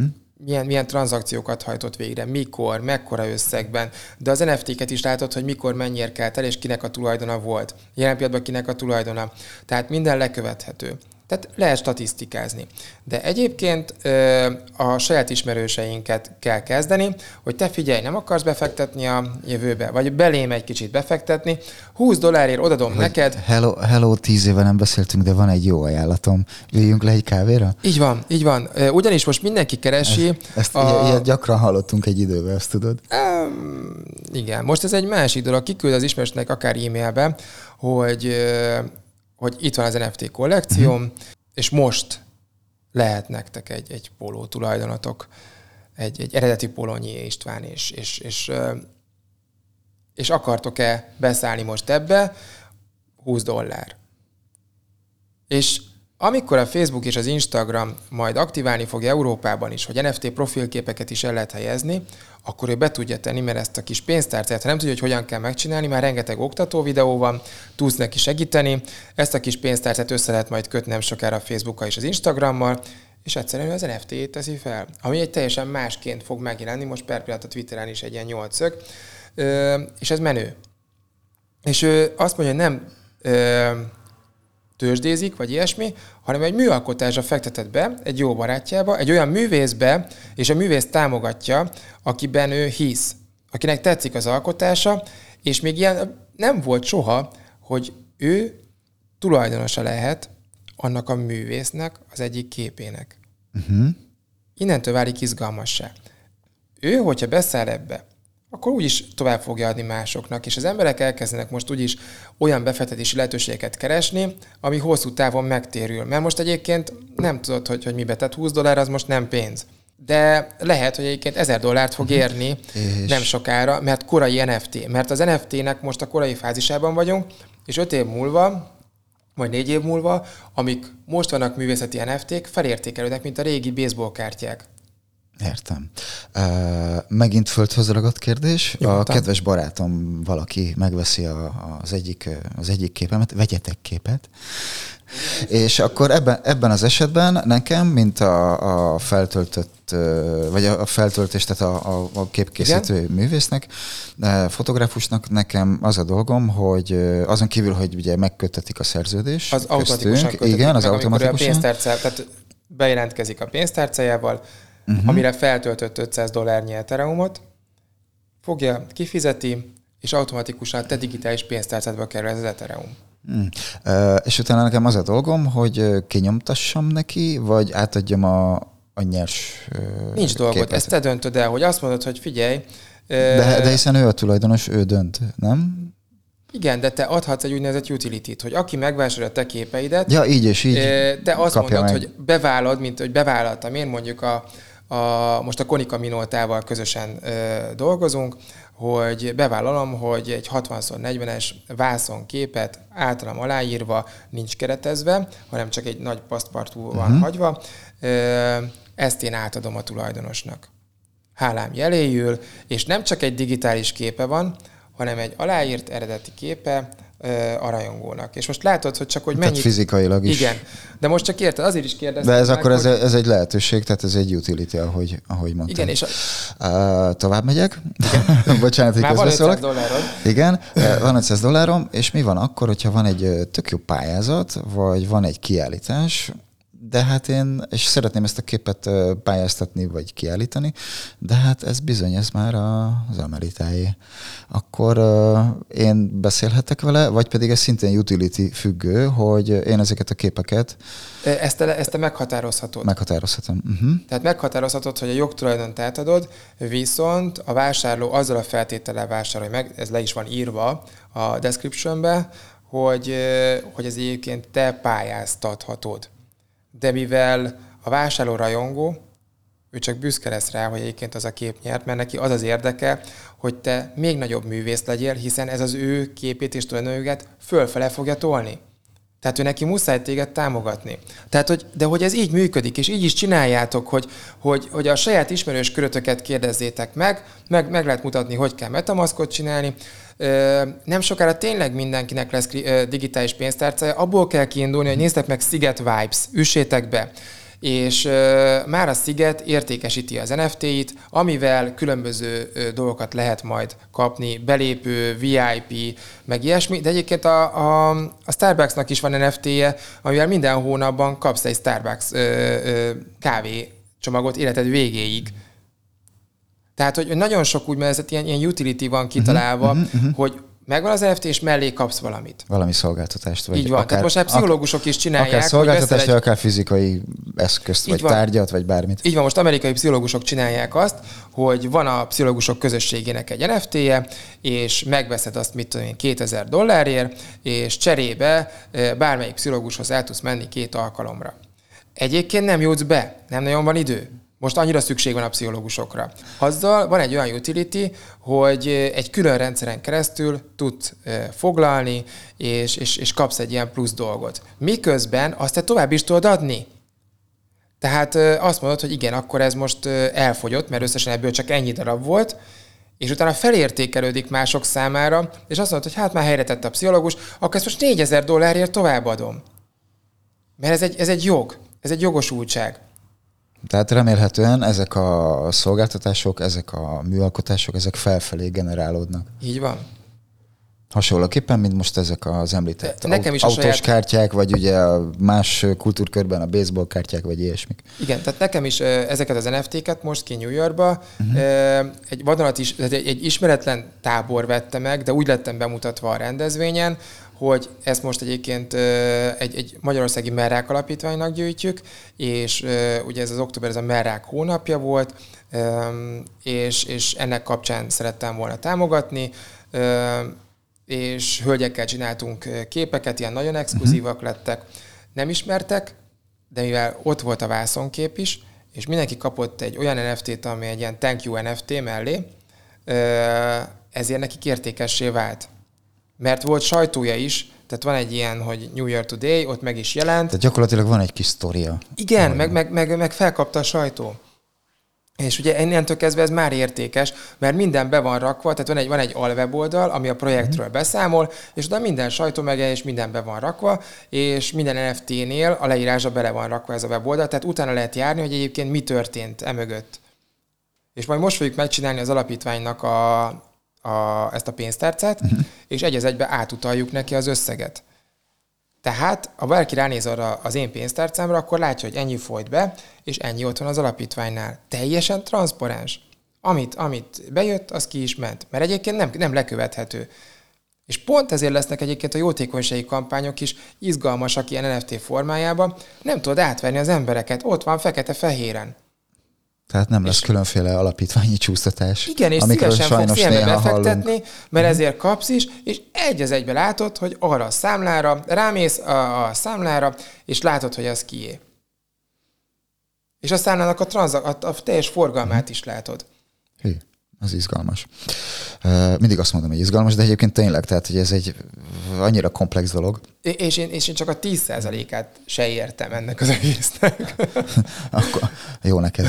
milyen, milyen tranzakciókat hajtott végre, mikor, mekkora összegben, de az en ef té-ket is látod, hogy mikor mennyire kelt el, és kinek a tulajdona volt. Jelen pillanatban kinek a tulajdona. Tehát minden lekövethető. Tehát lehet statisztikázni. De egyébként ö, a saját ismerőseinket kell kezdeni, hogy te figyelj, nem akarsz befektetni a jövőbe, vagy belém egy kicsit befektetni, húsz dollárért odadom hogy neked. Hello, hello, tíz éve nem beszéltünk, de van egy jó ajánlatom. Üljünk le egy kávéra? Így van, így van. Ugyanis most mindenki keresi. Ezt, ezt a... ilyet gyakran hallottunk egy időben, ezt tudod? Um, igen, most ez egy másik dolog. Kiküld az ismerősnek akár e-mailbe, hogy... hogy itt van az en ef té kollekcióm, uh-huh. és most lehet nektek egy, egy póló tulajdonatok, egy, egy eredeti Polonyi István, és, és, és, és akartok-e beszállni most ebbe, húsz dollár. És amikor a Facebook és az Instagram majd aktiválni fogja Európában is, hogy en ef té profilképeket is el lehet helyezni, akkor ő be tudja tenni, mert ezt a kis pénztárcát, ha nem tudja, hogy hogyan kell megcsinálni, már rengeteg oktató videó van, tudsz neki segíteni, ezt a kis pénztárcát össze lehet majd kötni nem sokára a Facebookkal és az Instagrammal, és egyszerűen az en ef té teszi fel, ami egy teljesen másként fog megjelenni, most per pillanat a Twitteren is egy ilyen nyolcszög, és ez menő. És ő azt mondja, hogy nem tőzsdézik, vagy ilyesmi, hanem egy műalkotásra fektetett be, egy jó barátjába, egy olyan művészbe, és a művész támogatja, akiben ő hisz, akinek tetszik az alkotása, és még ilyen nem volt soha, hogy ő tulajdonosa lehet annak a művésznek az egyik képének. Uh-huh. Innentől válik izgalmassá. Ő, hogyha beszáll ebbe, akkor úgyis tovább fogja adni másoknak, és az emberek elkezdenek most úgyis olyan befektetési lehetőségeket keresni, ami hosszú távon megtérül. Mert most egyébként nem tudod, hogy, hogy mibe, tehát húsz dollár az most nem pénz. De lehet, hogy egyébként ezer dollárt fog érni és... nem sokára, mert korai en ef té. Mert az en ef té-nek most a korai fázisában vagyunk, és öt év múlva, vagy négy év múlva, amik most vannak művészeti en ef té-k, felértékelődnek, mint a régi baseball kártyák. Értem. Uh, megint földhöz ragadt kérdés. Jó, a tám. kedves barátom valaki megveszi a, az, egyik, az egyik képemet, vegyetek képet, és akkor ebben, ebben az esetben nekem, mint a, a feltöltött, vagy a feltöltés, tehát a, a, a képkészítő igen? művésznek, fotográfusnak nekem az a dolgom, hogy azon kívül, hogy ugye megköttetik a szerződés. Az automatikusan kötetik igen, meg, az automatikusan. A pénztárcá, tehát bejelentkezik a pénztárcájával, uh-huh. amire feltöltött ötszáz dollárnyi Ethereumot, fogja, kifizeti, és automatikusan te digitális pénztárcádba kerül ez az Ethereum. Hmm. Uh, és utána nekem az a dolgom, hogy kinyomtassam neki, vagy átadjam a, a nyers uh, Nincs képet. dolgod, ezt te döntöd el, hogy azt mondod, hogy figyelj. Uh, de, de hiszen ő a tulajdonos, ő dönt, nem? Igen, de te adhatsz egy úgynevezett utility-t, hogy aki megvásárolja a te képeidet, ja, így és így te azt mondod, meg. hogy bevállalod, mint hogy bevállaltam én mondjuk a, a most a Konica Minoltával közösen ö, dolgozunk, hogy bevállalom, hogy egy hatvan szor negyvenes vászonképet általam aláírva, nincs keretezve, hanem csak egy nagy pasztpartú van uh-huh. hagyva, ö, ezt én átadom a tulajdonosnak. Hálám jeléül, és nem csak egy digitális képe van, hanem egy aláírt eredeti képe ö, a rajongónak. És most látod, hogy csak hogy mennyit... Tehát fizikailag is. Igen. De most csak érted, azért is kérdeztem. De ez meg, akkor hogy... ez, ez egy lehetőség, tehát ez egy utility, ahogy, ahogy mondtam. Igen, és a... uh, tovább megyek. Bocsánat, hogy már van közbeszólok. ötszáz dollárod. Igen, van ötszáz dollárom, és mi van akkor, hogyha van egy tök jó pályázat, vagy van egy kiállítás, de hát én, és szeretném ezt a képet pályáztatni, vagy kiállítani, de hát ez bizony, ez már az Amelitáé. Akkor uh, én beszélhetek vele, vagy pedig ez szintén utility függő, hogy én ezeket a képeket... Ezt te, ezt te meghatározhatod. Meghatározhatom. Uh-huh. Tehát meghatározhatod, hogy a jogtulajdont átadod, viszont a vásárló azzal a feltétellel vásárolja meg, ez le is van írva a descriptionbe, hogy, hogy ez egyébként te pályáztathatod. De mivel a vásárló rajongó, ő csak büszke lesz rá, hogy egyébként az a kép nyert, mert neki az az érdeke, hogy te még nagyobb művész legyél, hiszen ez az ő képét és tulajdonjogat fölfele fogja tolni. Tehát ő neki muszáj téged támogatni. Tehát, hogy, de hogy ez így működik, és így is csináljátok, hogy, hogy, hogy a saját ismerős körötöket kérdezzétek meg, meg, meg lehet mutatni, hogy kell MetaMaskot csinálni. Nem sokára tényleg mindenkinek lesz digitális pénztárcája, abból kell kiindulni, hogy néztek meg Sziget Vibes, üssétek be. és már a Sziget értékesíti az en ef té-it, amivel különböző dolgokat lehet majd kapni, belépő, vé i pé, meg ilyesmi, de egyébként a, a, a Starbucksnak is van en ef té-je, amivel minden hónapban kapsz egy Starbucks ö, ö, kávé csomagot életed végéig. Tehát, hogy nagyon sok úgynevezett ilyen, ilyen utility van kitalálva, uh-huh, uh-huh. hogy megvan az en ef té, és mellé kapsz valamit. Valami szolgáltatást. Vagy így van. Akár, Tehát most már pszichológusok is csinálják. Akár szolgáltatást, egy... akár fizikai eszközt, így vagy van. Tárgyat, vagy bármit. Így van, most amerikai pszichológusok csinálják azt, hogy van a pszichológusok közösségének egy en ef té-je, és megveszed azt, mit tudom én, kétezer dollárért, és cserébe bármelyik pszichológushoz el tudsz menni két alkalomra. Egyébként nem jutsz be, nem nagyon van idő. Most annyira szükség van a pszichológusokra. Azzal van egy olyan utility, hogy egy külön rendszeren keresztül tudsz foglalni, és, és, és kapsz egy ilyen plusz dolgot. Miközben azt te tovább is tudod adni. Tehát azt mondod, hogy igen, akkor ez most elfogyott, mert összesen ebből csak ennyi darab volt, és utána felértékelődik mások számára, és azt mondod, hogy hát már helyre tett a pszichológus, akkor ezt most négyezer dollárért továbbadom. Mert ez egy, ez egy jog, ez egy jogosultság. Tehát remélhetően ezek a szolgáltatások, ezek a műalkotások, ezek felfelé generálódnak. Így van. Hasonlóképpen, mint most ezek az említett Nekem is autós saját... kártyák, vagy ugye más kultúrkörben a baseball kártyák, vagy ilyesmik. Igen, tehát nekem is ezeket az en ef té-ket most ki New Yorkba. Uh-huh. Egy vadonat is, egy, egy ismeretlen tábor vette meg, de úgy lettem bemutatva a rendezvényen, hogy ezt most egyébként egy, egy magyarországi merrák alapítványnak gyűjtjük, és ugye ez az október, ez a merrák hónapja volt, és, és ennek kapcsán szerettem volna támogatni, és hölgyekkel csináltunk képeket, ilyen nagyon exkluzívak lettek. Nem ismertek, de mivel ott volt a vászonkép is, és mindenki kapott egy olyan en ef té-t, ami egy ilyen thank you en ef té mellé, ezért nekik értékessé vált. Mert volt sajtója is, tehát van egy ilyen, hogy New York Today, ott meg is jelent. Tehát gyakorlatilag van egy kis sztoria. Igen, meg, meg, meg, meg felkapta a sajtó. És ugye innentől kezdve ez már értékes, mert minden be van rakva, tehát van egy, van egy alweboldal, ami a projektről beszámol, és oda minden sajtómegjelenés minden be van rakva, és minden en ef té-nél a leírásba bele van rakva ez a weboldal, tehát utána lehet járni, hogy egyébként mi történt emögött. És majd most fogjuk megcsinálni az alapítványnak a, a, ezt a pénztárcát, uh-huh. és egy az egybe átutaljuk neki az összeget. Tehát, ha bárki ránéz arra az én pénztárcámra, akkor látja, hogy ennyi folyt be, és ennyi ott van az alapítványnál. Teljesen transzparens. Amit, amit bejött, az ki is ment. Mert egyébként nem, nem lekövethető. És pont ezért lesznek egyébként a jótékonysági kampányok is izgalmasak ilyen en ef té formájában. Nem tudod átverni az embereket. Ott van fekete-fehéren. Tehát nem lesz és különféle alapítványi csúsztatás. Igen, és szívesen fogsz ilyenbe befektetni, hallunk. Mert ezért kapsz is, és egy az egybe látod, hogy arra a számlára, rámész a, a számlára, és látod, hogy az kié. És a számlának a, transzak, a, a teljes forgalmát is látod. Hű, az izgalmas. Uh, mindig azt mondom, hogy izgalmas, de egyébként tényleg, tehát hogy ez egy annyira komplex dolog. És én, és én csak a tíz százalékát se értem ennek az egésznek. Akkor jó neked.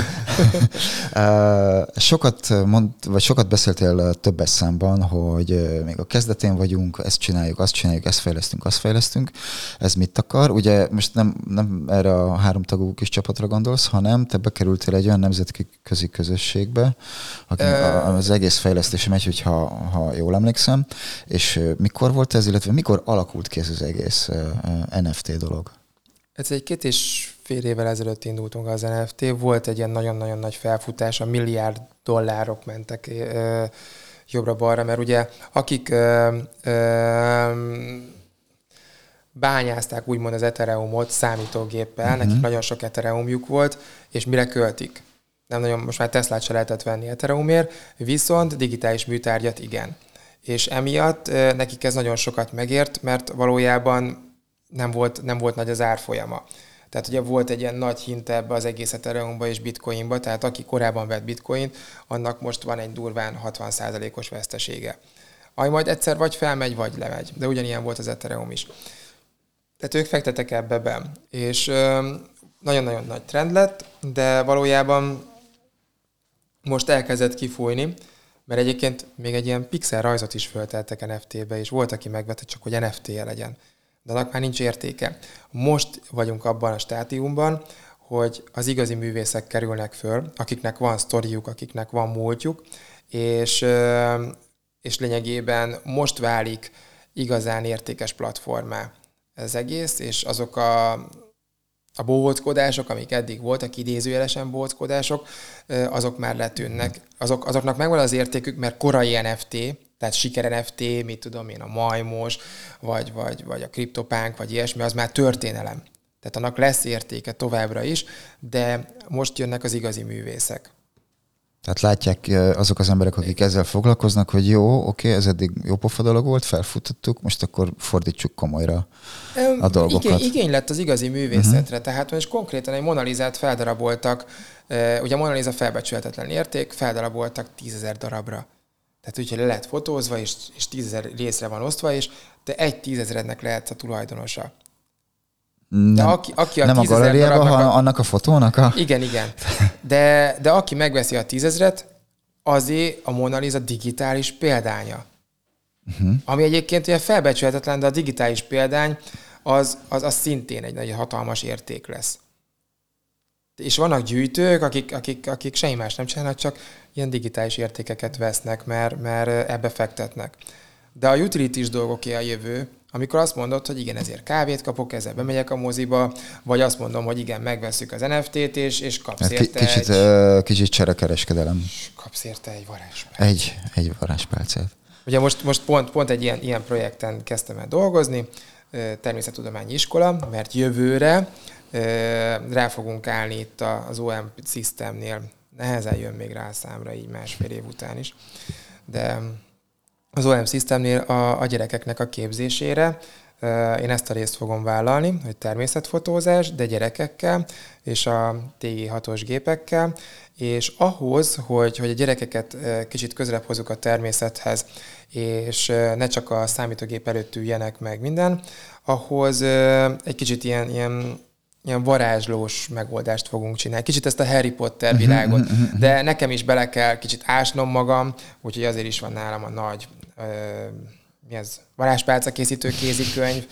sokat mond, vagy sokat beszéltél többes számban, hogy még a kezdetén vagyunk, ezt csináljuk, azt csináljuk, ezt fejlesztünk, azt fejlesztünk. Ez mit akar? Ugye most nem, nem erre a háromtagú kis csapatra gondolsz, hanem te bekerültél egy olyan nemzetközi közösségbe, az egész fejlesztése megy, hogyha ha jól emlékszem. És mikor volt ez, illetve mikor alakult ki ez az egész en ef té dolog? Ez egy két és fél évvel ezelőtt indultunk az en ef té. Volt egy ilyen nagyon-nagyon nagy felfutás, a milliárd dollárok mentek ö, jobbra-balra, mert ugye akik ö, ö, bányázták úgymond az Ethereumot számítógéppel, uh-huh. nekik nagyon sok Ethereumjuk volt, és mire költik? Nem nagyon, most már Teslát se lehetett venni Ethereumért, viszont digitális műtárgyat igen. És emiatt nekik ez nagyon sokat megért, mert valójában nem volt, nem volt nagy az árfolyama. Tehát ugye volt egy ilyen nagy hint ebbe az egész Ethereumba és Bitcoinba, tehát aki korábban vett Bitcoint, annak most van egy durván hatvan százalékos vesztesége. Ami majd egyszer vagy felmegy, vagy lemegy. De ugyanilyen volt az Ethereum is. Tehát ők fektetek ebbe be. És nagyon-nagyon nagy trend lett, de valójában most elkezdett kifújni, mert egyébként még egy ilyen pixel rajzot is fölteltek en ef té-be, és volt, aki megvette csak, hogy en ef té-je legyen. De annak már nincs értéke. Most vagyunk abban a stádiumban, hogy az igazi művészek kerülnek föl, akiknek van sztoriuk, akiknek van múltjuk, és, és lényegében most válik igazán értékes platformá ez egész, és azok a, a bohóckodások, amik eddig voltak, idézőjelesen bohóckodások, azok már letűnnek. Azok, azoknak megvan az értékük, mert korai en ef té, tehát siker en ef té, mit tudom én, a Majmos, vagy, vagy, vagy a CryptoPunk, vagy ilyesmi, az már történelem. Tehát annak lesz értéke továbbra is, de most jönnek az igazi művészek. Tehát látják azok az emberek, akik ezzel foglalkoznak, hogy jó, oké, ez eddig jó pofa dolog volt, felfutottuk, most akkor fordítsuk komolyra a dolgokat. Igény, igény lett az igazi művészetre, uh-huh. tehát most konkrétan egy Mona Lisát feldaraboltak, ugye a Mona Lisa felbecsülhetetlen érték, feldaraboltak tízezer darabra. Tehát úgyhogy le lett fotózva, és, és tízezer részre van osztva, és te egy tízezerednek lehetsz a tulajdonosa. Nem, de aki, aki a nem a galériában, hanem a... annak a fotónak? A... Igen, igen. De, de aki megveszi a tízezret, azért a Mona Lisa digitális példánya. Uh-huh. Ami egyébként ugye felbecsülhetetlen, de a digitális példány az, az, az szintén egy nagy hatalmas érték lesz. És vannak gyűjtők, akik, akik, akik semmi más nem csinálnak, csak ilyen digitális értékeket vesznek, mert, mert ebbe fektetnek. De a utilities dolgoké a jövő, amikor azt mondod, hogy igen, ezért kávét kapok, ezzel bemegyek a moziba, vagy azt mondom, hogy igen, megvesszük az en ef té-t, és, és kapsz érte kicsit, egy... Kicsit cserekereskedelem. Kapsz érte egy varázspálcát. Egy, egy varázspálcát. Ugye most, most pont, pont egy ilyen, ilyen projekten kezdtem el dolgozni, természettudományi iskola, mert jövőre rá fogunk állni itt az o em Systemnél. Nehezen jön még rá számra, így másfél év után is. De az o em Systemnél a, a gyerekeknek a képzésére én ezt a részt fogom vállalni, hogy természetfotózás, de gyerekekkel, és a té gé hatos gépekkel, és ahhoz, hogy, hogy a gyerekeket kicsit közelebb hozzuk a természethez, és ne csak a számítógép előtt üljenek meg minden, ahhoz egy kicsit ilyen, ilyen ilyen varázslós megoldást fogunk csinálni. Kicsit ezt a Harry Potter világot, de nekem is bele kell kicsit ásnom magam, úgyhogy azért is van nálam a nagy ö, mi ez? varázspálca készítő kézikönyv,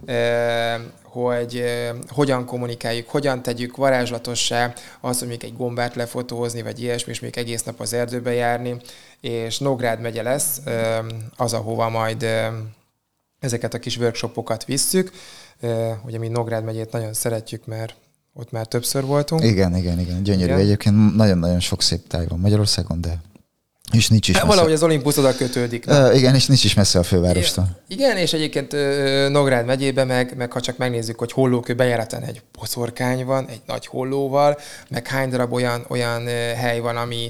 ö, hogy ö, hogyan kommunikáljuk, hogyan tegyük varázslatossá azt, hogy még egy gombát lefotózni, vagy ilyesmi, és még egész nap az erdőbe járni, és Nógrád megye lesz ö, az, ahova majd ö, ezeket a kis workshopokat visszük. Uh, ugye mi Nógrád megyét nagyon szeretjük, mert ott már többször voltunk. Igen, igen, igen. Gyönyörű. Igen. Egyébként nagyon-nagyon sok szép táj van Magyarországon, de és nincs is messze. Valahogy az Olympus oda kötődik. Uh, igen, és nincs is messze a fővárostól. Igen, és egyébként uh, Nógrád megyében, meg, meg ha csak megnézzük, hogy Hollókő bejáratán egy boszorkány van, egy nagy hollóval, meg hány darab olyan, olyan uh, hely van, ami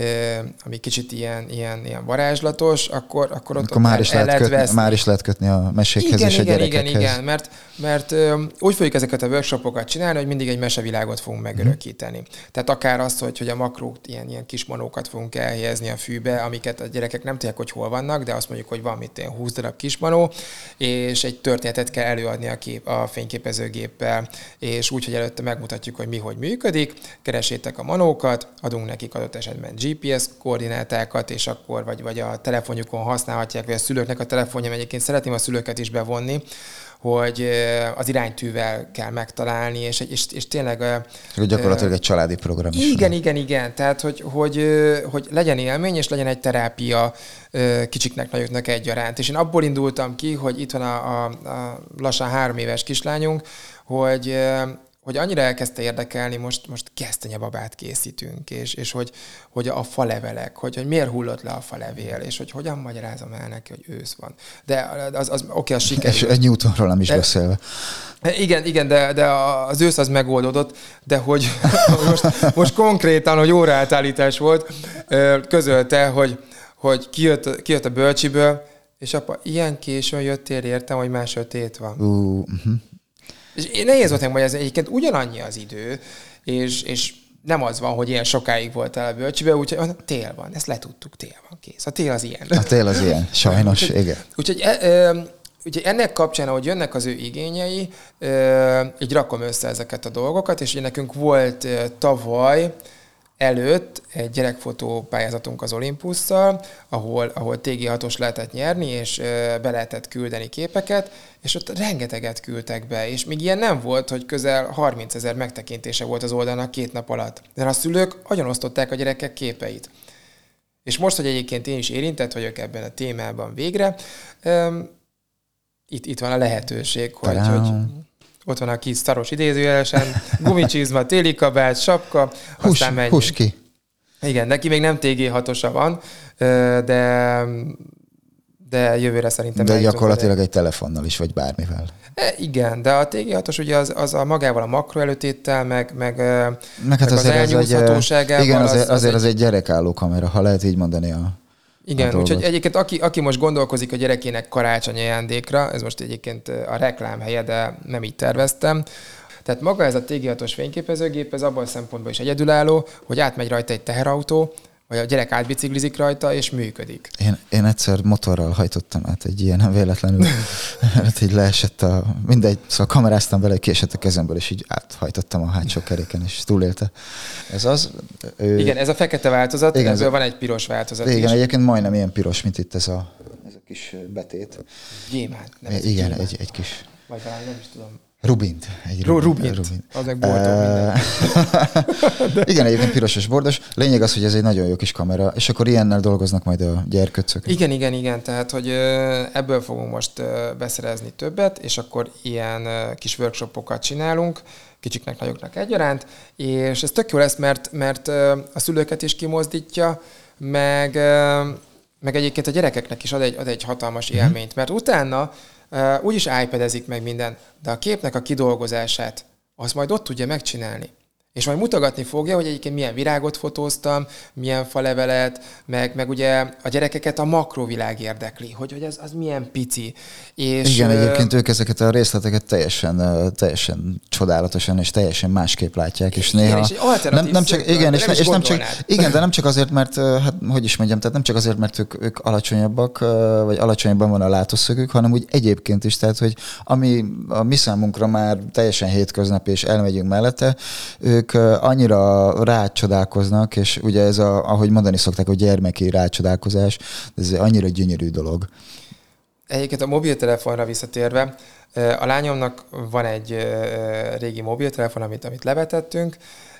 ami kicsit ilyen, ilyen, ilyen varázslatos, akkor, akkor ott, akkor ott már, is el lehet kötni, már is lehet kötni a mesékhez igen, és a igen, gyerekekhez. Igen, igen, mert, mert úgy fogjuk ezeket a workshopokat csinálni, hogy mindig egy mesevilágot fogunk megörökíteni. Hmm. Tehát akár azt, hogy, hogy a makrók, ilyen, ilyen kis manókat fogunk elhelyezni a fűbe, amiket a gyerekek nem tudják, hogy hol vannak, de azt mondjuk, hogy van mit ilyen húsz darab kismanó, és egy történetet kell előadni a, kép, a fényképezőgéppel, és úgy, hogy előtte megmutatjuk, hogy mi hogy működik, keresétek a manókat, adunk nekik adott esetben gé pé es koordinátákat, és akkor vagy, vagy a telefonjukon használhatják, vagy a szülőknek a telefonja, egyébként szeretném a szülőket is bevonni, hogy az iránytűvel kell megtalálni, és, és, és tényleg... Gyakorlatilag egy családi program is. Igen, igen, igen. Tehát, hogy, hogy, hogy legyen élmény, és legyen egy terápia kicsiknek, nagyoknak egyaránt. És én abból indultam ki, hogy itt van a, a, a lassan három éves kislányunk, hogy... hogy annyira elkezdte érdekelni, most, most gesztenyebabát készítünk, és, és hogy, hogy a falevelek, hogy, hogy miért hullott le a falevél, és hogy hogyan magyarázom el neki, hogy ősz van. De az, az oké, az sikerült. És egy Newtonról nem is de, beszélve. Igen, igen, de, de az ősz az megoldódott, de hogy most, most konkrétan, hogy óraátállítás volt, közölte, hogy, hogy kijött, kijött a bölcsiből, és apa, ilyen későn jöttél, értem, hogy már sötét van. Uh, uh-huh. És nehéz volt hogy ez egyébként ugyanannyi az idő, és, és nem az van, hogy ilyen sokáig voltál a bölcsibe, úgyhogy tél van, ezt letudtuk, tél van, kész. A tél az ilyen. A tél az ilyen, sajnos, úgyhogy, igen. Úgyhogy, e, e, úgyhogy ennek kapcsán, ahogy jönnek az ő igényei, e, így rakom össze ezeket a dolgokat, és nekünk volt e, tavaly előtt egy gyerekfotó pályázatunk az Olympusszal, ahol, ahol té gé hatos lehetett nyerni, és be lehetett küldeni képeket, és ott rengeteget küldtek be, és még ilyen nem volt, hogy közel harmincezer megtekintése volt az oldalnak két nap alatt. De a szülők agyonosztották a gyerekek képeit. És most, hogy egyébként én is érintett vagyok ebben a témában végre, um, itt, itt van a lehetőség, hogy, hogy ott van a kis szaros idézőjelesen, gumicsizma, téli kabát, sapka, Hús, aztán menjünk. Hús ki. Igen, neki még nem té gé hatosa van, de, de jövőre szerintem... De gyakorlatilag egy telefonnal is, vagy bármivel. E, igen, de a té gé hatos ugye az, az a magával a makroelőtéttel, meg, meg, meg, meg hát az elnyújthatóságával. Igen, azért az, az, azért egy, az egy gyerekálló kamera, ha lehet így mondani a Igen, úgyhogy egyébként aki, aki most gondolkozik a gyerekének karácsonyi ajándékra, ez most egyébként a reklám helye, de nem így terveztem. Tehát maga ez a té gé hatos fényképezőgép, ez abban a szempontból is egyedülálló, hogy átmegy rajta egy teherautó, vagy a gyerek átbiciklizik rajta, és működik. Én, én egyszer motorral hajtottam át egy ilyen, nem véletlenül, hát így leesett a, mindegy, szóval kameráztam vele, kiesett a kezemből, és így áthajtottam a hátsó keréken, és túlélte. Ez az... Ő, igen, ez a fekete változat, igen, ebből van egy piros változat igen, is. Igen, egyébként majdnem ilyen piros, mint itt ez a, ez a kis betét. Gyémánt. Igen, egy, egy kis... Vagy talán nem is tudom. Rubint. Egy Rubint. Rubint. Rubint. Az meg boltok minden. Igen, egyébként piros bordos. Lényeg az, hogy ez egy nagyon jó kis kamera, és akkor ilyennel dolgoznak majd a gyerköcök. Igen, igen, igen. Tehát, hogy ebből fogunk most beszerezni többet, és akkor ilyen kis workshopokat csinálunk, kicsiknek, nagyoknak egyaránt, és ez tök jó lesz, mert, mert a szülőket is kimozdítja, meg, meg egyébként a gyerekeknek is ad egy, ad egy hatalmas mm-hmm. élményt, mert utána Uh, úgyis iPad-ezik meg minden, de a képnek a kidolgozását azt majd ott tudja megcsinálni. És majd mutogatni fogja, hogy egyébként milyen virágot fotóztam, milyen falevelet, meg, meg ugye a gyerekeket a makrovilág érdekli, hogy, hogy ez az milyen pici. És, igen, egyébként ők ezeket a részleteket teljesen, teljesen csodálatosan és teljesen másképp látják, és igen, néha... És nem, nem csak, igen, és, nem, és nem csak, igen, de nem csak azért, mert, hát hogy is mondjam, tehát nem csak azért, mert ők, ők alacsonyabbak, vagy alacsonyabban van a látószögük, hanem úgy egyébként is, tehát hogy ami a mi számunkra már teljesen hétköznapi, és elmegyünk mellette, ők annyira rácsodálkoznak, és ugye ez, a, ahogy mondani szokták, hogy gyermeki rácsodálkozás, ez annyira gyönyörű dolog. Egyébként a mobiltelefonra visszatérve, a lányomnak van egy régi mobiltelefon, amit, amit levetettünk,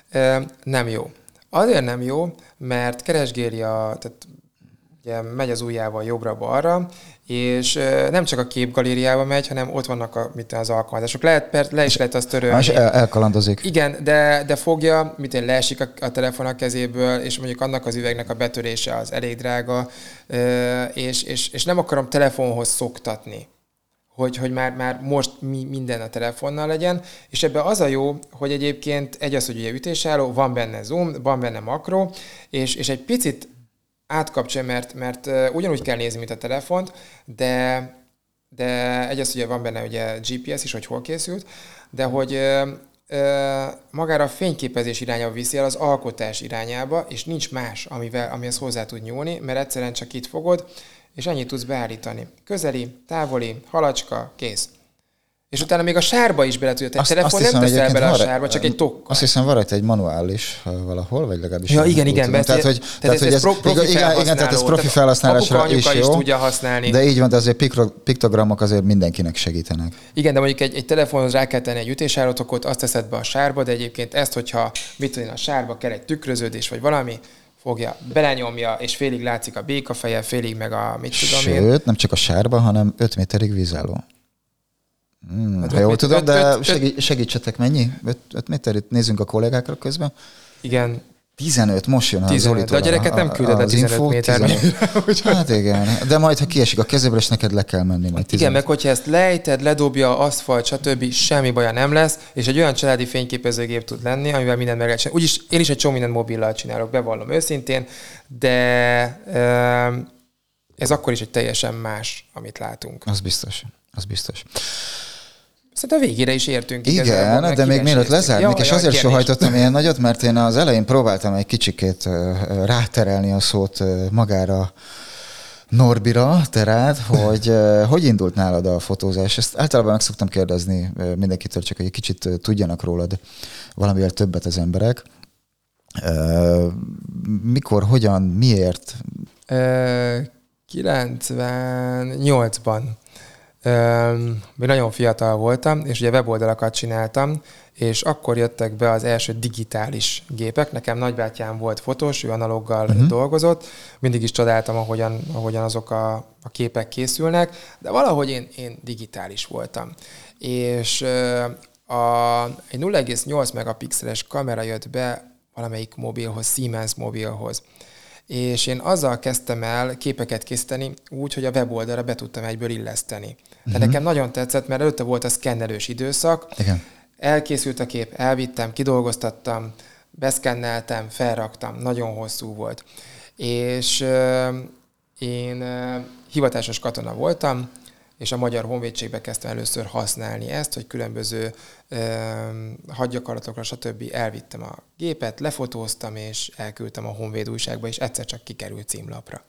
nem jó. Azért nem jó, mert keresgéli a, tehát ugye megy az ujjával jobbra-balra, és nem csak a képgalériába megy, hanem ott vannak a, mit az alkalmazások. Lehet, per, le is lehet azt törölni. És el, elkalandozik. Igen, de, de fogja, mit én leesik a, a telefon a kezéből, és mondjuk annak az üvegnek a betörése az elég drága, és, és, és nem akarom telefonhoz szoktatni, hogy, hogy már, már most mi, minden a telefonnal legyen, és ebben az a jó, hogy egyébként egy az, hogy ugye ütésálló, van benne zoom, van benne makro, és, és egy picit átkapcsolja, mert, mert uh, ugyanúgy kell nézni, mint a telefont, de, de egy az, ugye van benne ugye gé pé es is, hogy hol készült, de hogy uh, uh, magára a fényképezés irányába viszi el az alkotás irányába, és nincs más, amivel, amihez hozzá tud nyúlni, mert egyszerűen csak itt fogod, és ennyit tudsz beállítani. Közeli, távoli, halacska, kész. És utána még a sárba is bele tudja. Egy telefon nem teszel bele a sárba, csak egy tokkal. Azt hiszem, van rajta egy manuál is valahol, vagy legalábbis... Ja, igen, igen. Tehát, tehát, hogy, tehát, ez, hogy ez, profi igen, igen, tehát ez profi felhasználásra is jó. is tudja használni. De így van, de azért piktogramok azért mindenkinek segítenek. Igen, de mondjuk egy, egy telefonhoz rá kell tenni egy ütésállótokot, azt teszed be a sárba, de egyébként ezt, hogyha mit tudom, a sárba kell egy tükröződés, vagy valami, fogja, belenyomja, és félig látszik a békafeje, félig meg a mit tudom Sőt, én. Sőt, nem csak a sárba, hanem öt méterig vízálló. Hmm, hát ha jól tudom, de segí- segítsetek mennyi? öt méter, itt nézzünk a kollégákra közben. Igen. tizenöt, most jön tizenöt, a Zolitól. De a gyereket nem külded a tizenöt méterben. Hát igen, de majd ha kiesik a kezéből, és neked le kell menni majd tizenöt. Igen, meg hogyha ezt lejted, ledobja, aszfalt, stb. Semmi baja nem lesz, és egy olyan családi fényképezőgép tud lenni, amivel mindent meg lehet csinálni. Úgyis én is egy csomó mindent mobillal csinálok, bevallom őszintén, de ez akkor is egy teljesen más, amit látunk. Az biztos, az biztos. Szerintem a végére is értünk. Igen, igazából, de még mielőtt lezárnék, ja, és ja, azért sohajtottam ilyen nagyot, mert én az elején próbáltam egy kicsikét ráterelni a szót magára Norbira, te rád, hogy hogy indult nálad a fotózás. Ezt általában meg szoktam kérdezni mindenkitől, csak hogy egy kicsit tudjanak rólad valamivel többet az emberek. Mikor, hogyan, miért? kilencvennyolcban. Még nagyon fiatal voltam, és ugye weboldalakat csináltam, és akkor jöttek be az első digitális gépek. Nekem nagybátyám volt fotós, ő analóggal uh-huh. dolgozott. Mindig is csodáltam, ahogyan, ahogyan azok a, a képek készülnek, de valahogy én, én digitális voltam. És a, egy nulla egész nyolc megapixeles kamera jött be valamelyik mobilhoz, Siemens mobilhoz. És én azzal kezdtem el képeket készíteni úgy, hogy a weboldalra be tudtam egyből illeszteni. Uh-huh. De nekem nagyon tetszett, mert előtte volt a szkennelős időszak. Igen. Elkészült a kép, elvittem, kidolgoztattam, beszkenneltem, felraktam, nagyon hosszú volt. És euh, én euh, hivatásos katona voltam, és a Magyar Honvédségbe kezdtem először használni ezt, hogy különböző euh, hadgyakorlatokra, stb. Elvittem a gépet, lefotóztam, és elküldtem a Honvéd újságba, és egyszer csak kikerült címlapra.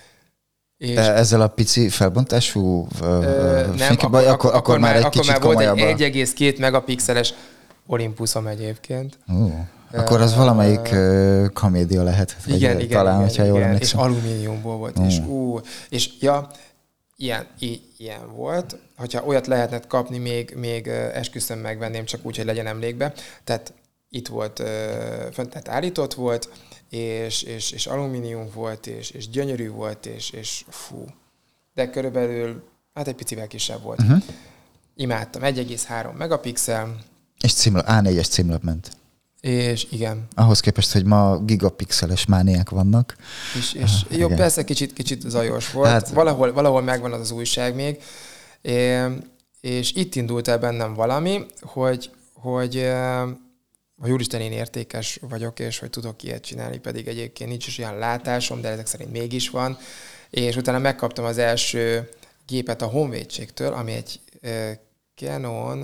És ezzel a pici felbontású ö, nem, fékbe, akkor, akkor, akkor már egy akkor kicsit már volt komolyabb. egy egy egész két megapixeles Olympusom egyébként. Ó, akkor az valamelyik uh, kamédia lehet. Igen, igen, talán, igen, hogyha jól igen. emlékszem. És alumíniumból volt. És, ú, és ja, ilyen, í, ilyen volt. Hogyha olyat lehetne kapni, még, még esküszöm megvenném, csak úgy, hogy legyen emlékbe. Tehát itt volt, fönt, tehát állított volt, és, és, és alumínium volt, és, és gyönyörű volt, és, és fú. De körülbelül, hát egy picivel kisebb volt. Uh-huh. Imádtam. egy egész három megapixel. És címlap, á négyes címlap ment. És igen. Ahhoz képest, hogy ma gigapixeles mániák vannak. És, és ah, jó, igen. Persze kicsit, kicsit zajos volt. Hát, valahol, valahol megvan az az újság még. É, és itt indult el bennem valami, hogy, hogy hogy úristen, én értékes vagyok, és hogy tudok ilyet csinálni, pedig egyébként nincs is olyan látásom, de ezek szerint mégis van. És utána megkaptam az első gépet a Honvédségtől, ami egy uh, Canon,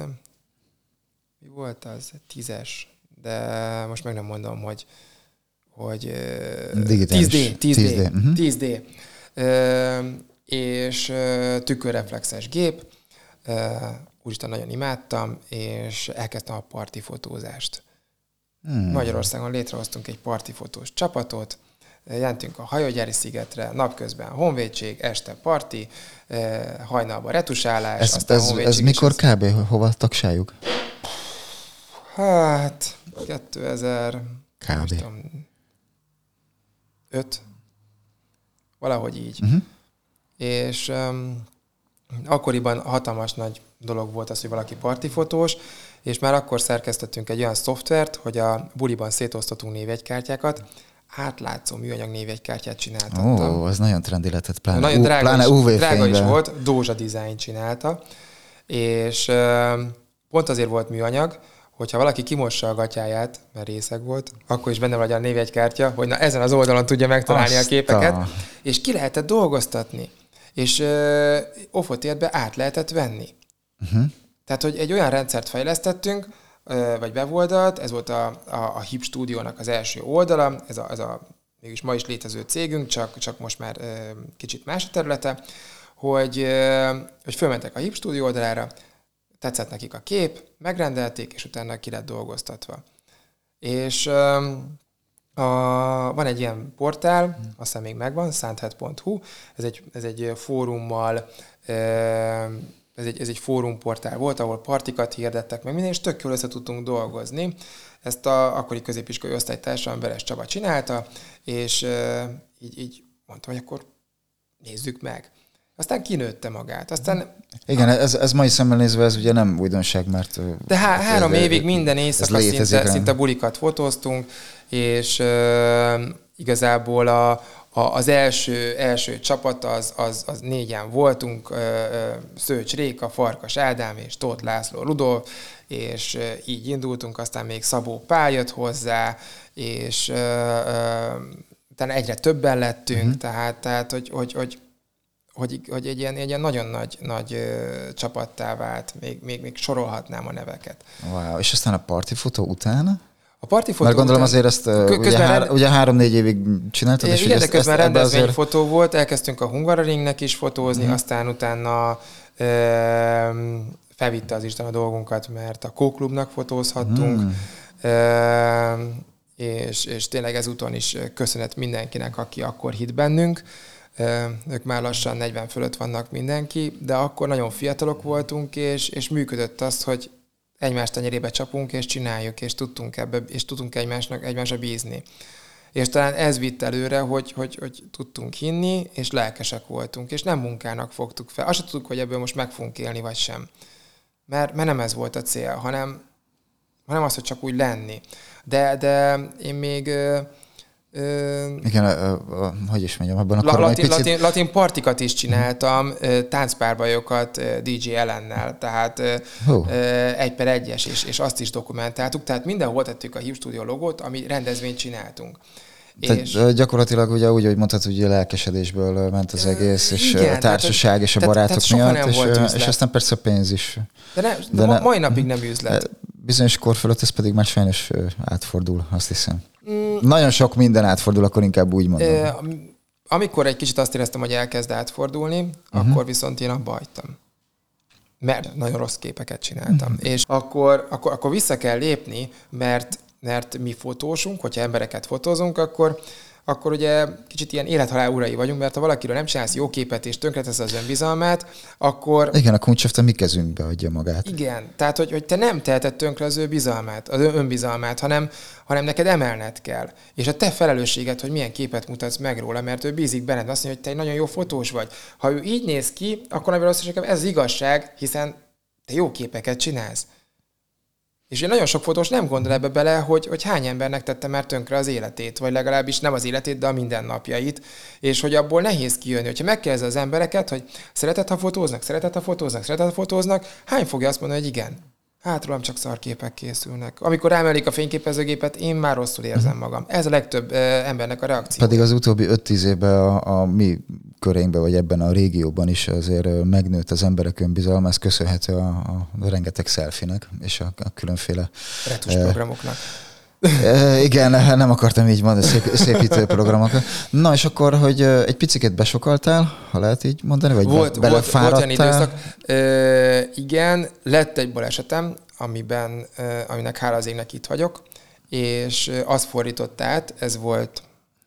mi volt az? Tízes, de most meg nem mondom, hogy, hogy uh, tíz D, tíz D, tíz D. Uh-huh. tíz D. Uh, és uh, tükörreflexes gép, uh, úristen, nagyon imádtam, és elkezdtem a parti fotózást. Hmm. Magyarországon létrehoztunk egy partifotós csapatot, jelentünk a Hajógyári szigetre, napközben honvédség, este parti, hajnalban retusálás. Ez, aztán ez, ez mikor ez... kb. Hova tagságuk? Hát kétezer kb. öt valahogy így. Uh-huh. És um, akkoriban hatalmas nagy dolog volt az, hogy valaki partifotós, és már akkor szerkesztettünk egy olyan szoftvert, hogy a buliban szétosztottunk névjegykártyákat, átlátszó műanyag névjegykártyát csináltattam. Ó, az nagyon trendi lehetett, pláne, nagyon U, drága, pláne is, u vé drága is fényben. volt, Dózsa Design csinálta, és uh, pont azért volt műanyag, hogyha valaki kimossa a gatyáját, mert részeg volt, akkor is benne vagy a névjegykártya, hogy na ezen az oldalon tudja megtalálni Azt a képeket, a... és ki lehetett dolgoztatni. És uh, offotérbe át lehetett venni. Uh-huh. Tehát, hogy egy olyan rendszert fejlesztettünk, uh, vagy weboldalt, ez volt a, a, a Hip Stúdiónak az első oldala, ez a, ez a mégis ma is létező cégünk, csak, csak most már uh, kicsit más a területe, hogy, uh, hogy fölmentek a Hip Stúdió oldalára, tetszett nekik a kép, megrendelték, és utána ki lett dolgoztatva. És um, a, van egy ilyen portál, hmm. azt hiszem még megvan, soundhead pont hu, ez egy, ez egy fórummal, ez egy, ez egy fórumportál volt, ahol partikat hirdettek meg minden, és tök jól össze tudtunk dolgozni. Ezt a akkori középiskolai osztálytársam Beres Csaba csinálta, és így, így mondta, hogy akkor nézzük meg. Aztán kinőtte magát. Aztán, Igen, ez, ez mai szemmel nézve, ez ugye nem újdonság, mert... De há, három ez, évig minden éjszaka szinte, szinte bulikat fotóztunk, és uh, igazából a, a, az első, első csapat, az, az, az négyen voltunk, uh, Szőcs Réka, Farkas Ádám és Tóth László Rudolf, és uh, így indultunk, aztán még Szabó Pál jött hozzá, és uh, uh, utána egyre többen lettünk, uh-huh. tehát, tehát hogy, hogy, hogy Hogy, hogy egy, ilyen, egy ilyen nagyon nagy, nagy ö, csapattá vált, még, még, még sorolhatnám a neveket. Wow, és aztán a partifotó után? A partifotó Mert gondolom után, azért ezt kö, ugye, hár, rend... ugye három-négy évig csináltad, és igen, de közben rendezvényfotó azért... volt, elkezdtünk a Hungaroringnek is fotózni, mm. aztán utána ö, felvitte az Isten a dolgunkat, mert a Kóklubnak fotózhattunk, mm. ö, és, és tényleg ezúton is köszönet mindenkinek, aki akkor hitt bennünk. Ők már lassan negyven fölött vannak mindenki, de akkor nagyon fiatalok voltunk, és, és működött az, hogy egymás tenyerébe csapunk, és csináljuk, és tudtunk ebbe, és tudtunk egymásnak, egymásra bízni. És talán ez vitt előre, hogy, hogy, hogy tudtunk hinni, és lelkesek voltunk, és nem munkának fogtuk fel. Azt sem tudtuk, hogy ebből most meg fogunk élni, vagy sem. Mert, mert nem ez volt a cél, hanem, hanem az, hogy csak úgy lenni. De, de én még... Ö, ö, Igen, ö, ö, hogy is mondjam, abban a la, korom latin, egy picit... latin, latin partikat is csináltam, ö, táncpárbajokat ö, dé dzsé Ellennel, tehát ö, oh. ö, egy per egyes, és, és azt is dokumentáltuk. Tehát mindenhol tettük a Hív Stúdió logót, ami rendezvényt csináltunk. És gyakorlatilag ugye úgy, hogy mondhatod, hogy lelkesedésből ment az egész, és igen, a társaság tehát, és a tehát, barátok tehát miatt, és, és aztán persze a pénz is. De, ne, de, de ma, ne, mai napig nem üzlet. Bizonyos kor fölött ez pedig már sajnos átfordul, azt hiszem. Mm. Nagyon sok minden átfordul, akkor inkább úgy mondom. E, amikor egy kicsit azt éreztem, hogy elkezd átfordulni, uh-huh. akkor viszont én abba hagytam. Mert nagyon rossz képeket csináltam. Uh-huh. És akkor, akkor, akkor vissza kell lépni, mert mert mi fotósunk, hogyha embereket fotózunk, akkor, akkor ugye kicsit ilyen élethalál urai vagyunk, mert ha valakiről nem csinálsz jó képet és tönkretesz az önbizalmát, akkor... Igen, a kuncsafta a mi kezünkbe adja magát. Igen, tehát hogy, hogy te nem teheted tönkre az ő bizalmát, az önbizalmát, hanem, hanem neked emelned kell. És a te felelősséged, hogy milyen képet mutatsz meg róla, mert ő bízik benned, azt mondja, hogy te egy nagyon jó fotós vagy. Ha ő így néz ki, akkor nagyon azt ez az igazság, hiszen te jó képeket csinálsz. És én nagyon sok fotós nem gondol ebbe bele, hogy, hogy hány embernek tette már tönkre az életét, vagy legalábbis nem az életét, de a mindennapjait, és hogy abból nehéz kijönni. Hogyha megkérdezi az embereket, hogy szereted, ha fotóznak, szereted, ha fotóznak, szereted, ha fotóznak, hány fogja azt mondani, hogy igen? Hát rólam csak szarképek készülnek. Amikor rámelik a fényképezőgépet, én már rosszul érzem magam. Ez a legtöbb e, embernek a reakció. Pedig az utóbbi öt-tíz évben a, a mi körénkben, vagy ebben a régióban is azért megnőtt az emberek önbizalma, ez köszönhető a, a rengeteg selfie-nek, és a, a különféle... retus programoknak. E, igen, nem akartam így mondani, szép, szépítő programoknak. Na, és akkor, hogy egy picit besokaltál, ha lehet így mondani, vagy volt, be, volt, volt olyan időszak. E, igen, lett egy balesetem, amiben, e, aminek hála az égnek itt vagyok, és az fordított át, ez volt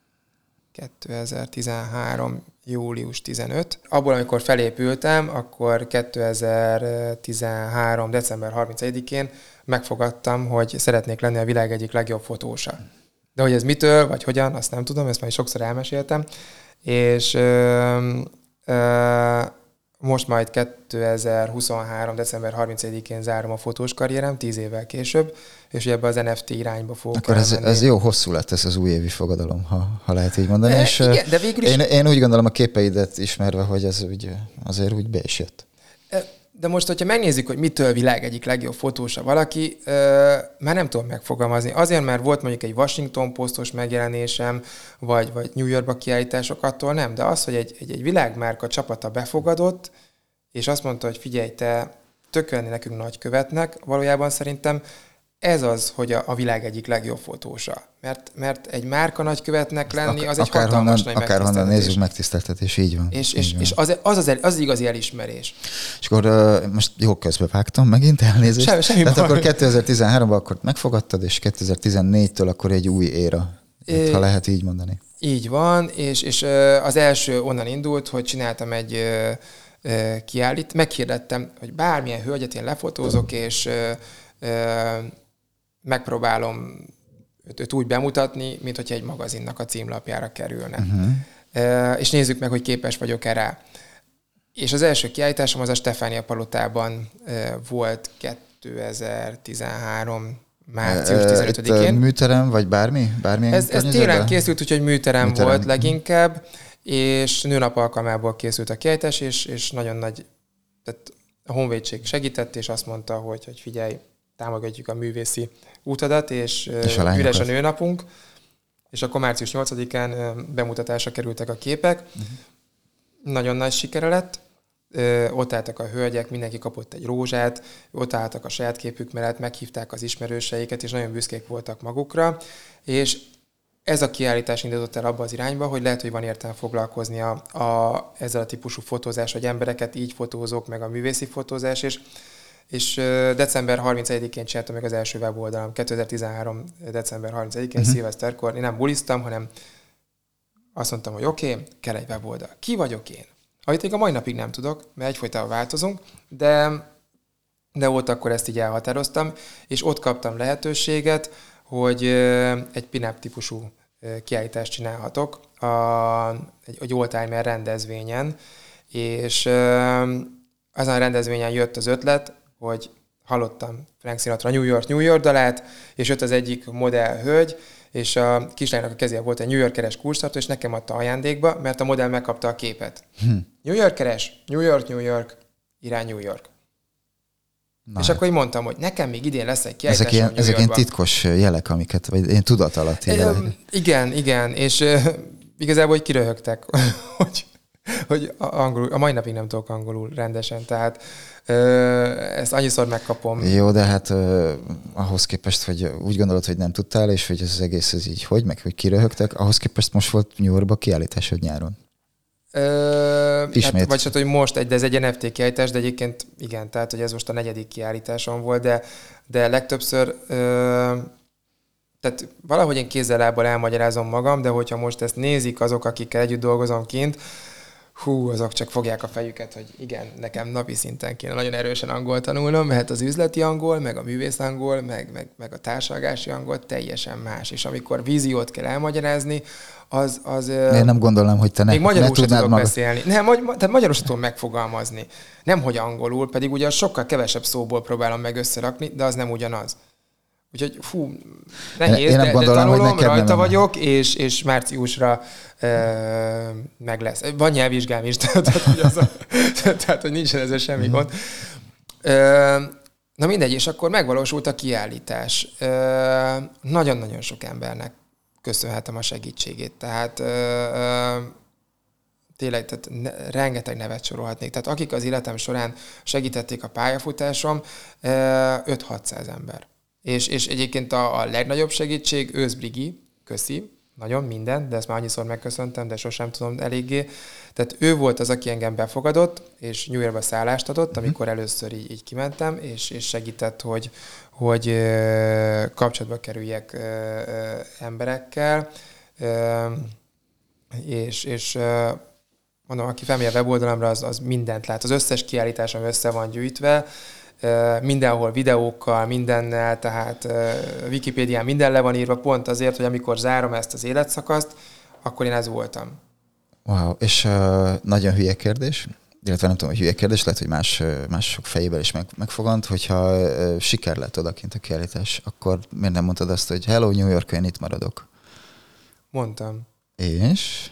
kétezer-tizenhárom. július tizenötödike. Abból, amikor felépültem, akkor kétezer-tizenhárom. december harmincegyedikén megfogadtam, hogy szeretnék lenni a világ egyik legjobb fotósa. De hogy ez mitől, vagy hogyan, azt nem tudom, ezt már sokszor elmeséltem. És ö, ö, most majd kétezer-huszonhárom. december harmincegyedikén zárom a fotós karrierem, tíz évvel később, és ebbe az en ef té irányba fogok Akkor ez, ez jó hosszú lett ez az újévi fogadalom, ha, ha lehet így mondani. E, és igen, de végül is... én, én úgy gondolom a képeidet ismerve, hogy ez úgy, azért úgy be is jött. De most, hogyha megnézzük, hogy mitől világ egyik legjobb fotósa valaki, már nem tudom megfogalmazni. Azért, mert volt mondjuk egy Washington Postos megjelenésem, vagy, vagy New Yorkba kiállítások, attól nem. De az, hogy egy, egy, egy világmárka csapata befogadott, és azt mondta, hogy figyelj, te tökölni nekünk nagykövetnek, valójában szerintem ez az, hogy a, a világ egyik legjobb fotósa. Mert, mert egy márka nagykövetnek lenni, az egy hatalmas honnan, nagy megtiszteltetés. Akárhonnan nézzük, megtiszteltetés, így van. És, így és, van. és az, az, az, az igazi elismerés. És akkor uh, most jó közbe vágtam megint, elnézést. Semmi, semmi Tehát akkor kétezer-tizenháromban akkor megfogadtad, és kétezer-tizennégytől akkor egy új éra, é, ha lehet így mondani. Így van, és, és az első onnan indult, hogy csináltam egy kiállít, meghirdettem, hogy bármilyen hölgyet én lefotózok, és megpróbálom őt úgy bemutatni, mint hogyha egy magazinnak a címlapjára kerülne. Uh-huh. E, és nézzük meg, hogy képes vagyok-e rá. És az első kiállításom az a Stefánia Palotában e, volt kétezer-tizenhárom. március tizenötödikén. Itt műterem, vagy bármi? Bármilyen ez, ez télen készült, úgyhogy műterem, műterem volt leginkább, és nőnap alkalmából készült a kiállítás, és, és nagyon nagy, tehát a honvédség segített, és azt mondta, hogy, hogy figyelj, támogatjuk a művészi utadat, és, és a üres a nőnapunk, és akkor március nyolcadikán bemutatásra kerültek a képek. Uh-huh. Nagyon nagy sikere lett. Ott álltak a hölgyek, mindenki kapott egy rózsát, ott álltak a saját képük mellett, meghívták az ismerőseiket, és nagyon büszkék voltak magukra. És ez a kiállítás indított el abba az irányba, hogy lehet, hogy van értelme foglalkozni a, a, ezzel a típusú fotózás, hogy embereket így fotózok, meg a művészi fotózás, és és december harmincegyedikén csináltam meg az első weboldalam. kétezer-tizenhárom. december harmincegyedikén, uh-huh. szilveszterkor. Én nem buliztam, hanem azt mondtam, hogy oké, okay, kell egy weboldal. Ki vagyok én? Amit még a mai napig nem tudok, mert egyfolytában változunk, de, de ott akkor ezt így elhatároztam, és ott kaptam lehetőséget, hogy egy pin-up típusú kiállítást csinálhatok a, egy, egy oldtimer rendezvényen, és azon a rendezvényen jött az ötlet, hogy hallottam Frank Sinatra New York, New York dalát, és jött az egyik modell hölgy, és a kislánynak a kezében volt egy New Yorkeres kulcstartó, és nekem adta ajándékba, mert a modell megkapta a képet. Hm. New Yorkeres, New York, New York, irány New York. Na és hát. Akkor így mondtam, hogy nekem még idén lesz egy kiállítás. Ezek ilyen, ezek ilyen titkos jelek, amiket, vagy ilyen tudat alatti jelek. Igen, igen, és uh, igazából hogy kiröhögtek, hogy, hogy angolul, a mai napig nem tudok angolul rendesen, tehát uh, ezt annyiszor megkapom. Jó, de hát uh, ahhoz képest, hogy úgy gondolod, hogy nem tudtál, és hogy ez az egész ez így hogy, meg hogy kiröhögtek, ahhoz képest most volt New Yorkban kiállításod nyáron. Ö, hát, vagy hogy most egy, de ez egy en ef té kiállítás, de egyébként igen, tehát hogy ez most a negyedik kiállításom volt, de, de legtöbbször ö, tehát valahogy én kézzel-lábbal elmagyarázom magam, de hogyha most ezt nézik azok, akikkel együtt dolgozom kint, hú, azok csak fogják a fejüket, hogy igen, nekem napi szinten kéne nagyon erősen angol tanulnom, mert az üzleti angol, meg a művész angol, meg, meg, meg a társalgási angol teljesen más. És amikor víziót kell elmagyarázni, az... az én nem gondolom, hogy te ne, még magyarul ne sem tudok magad. beszélni. Nem, tehát magyarul sem tudom megfogalmazni. Nem, hogy angolul, pedig ugye sokkal kevesebb szóból próbálom meg összerakni, de az nem ugyanaz. Úgyhogy fú, nehéz, én nem de, gondolom, de tanulom, rajta nem vagyok, és, és márciusra e, meg lesz. Van nyelvvizsgám is, tehát, hogy, az a, tehát, hogy nincsen ezzel semmi gond. E, na mindegy, és akkor megvalósult a kiállítás. E, nagyon-nagyon sok embernek köszönhetem a segítségét. Tehát e, tényleg, tehát ne, rengeteg nevet sorolhatnék. Tehát akik az életem során segítették a pályafutásom, e, öt-hatszáz ember. És, és egyébként a, a legnagyobb segítség Ősz Brigi, köszi, nagyon minden, de ezt már annyiszor megköszöntem, de sosem tudom eléggé. Tehát ő volt az, aki engem befogadott, és New Yorkba szállást adott, amikor először így, így kimentem, és, és segített, hogy, hogy ö, kapcsolatba kerüljek ö, ö, emberekkel. Ö, és és ö, mondom, aki felmegy a weboldalamra, az, az mindent lát. Az összes kiállításom össze van gyűjtve, mindenhol videókkal, mindennel, tehát Wikipédián minden le van írva, pont azért, hogy amikor zárom ezt az életszakaszt, akkor én ez voltam. Wow, és uh, nagyon hülye kérdés, illetve nem tudom, hogy hülye kérdés, lehet, hogy más, mások fejében is meg, megfogant, hogyha uh, siker lett odakint a kiállítás, akkor miért nem mondtad azt, hogy hello New York, én itt maradok? Mondtam. És?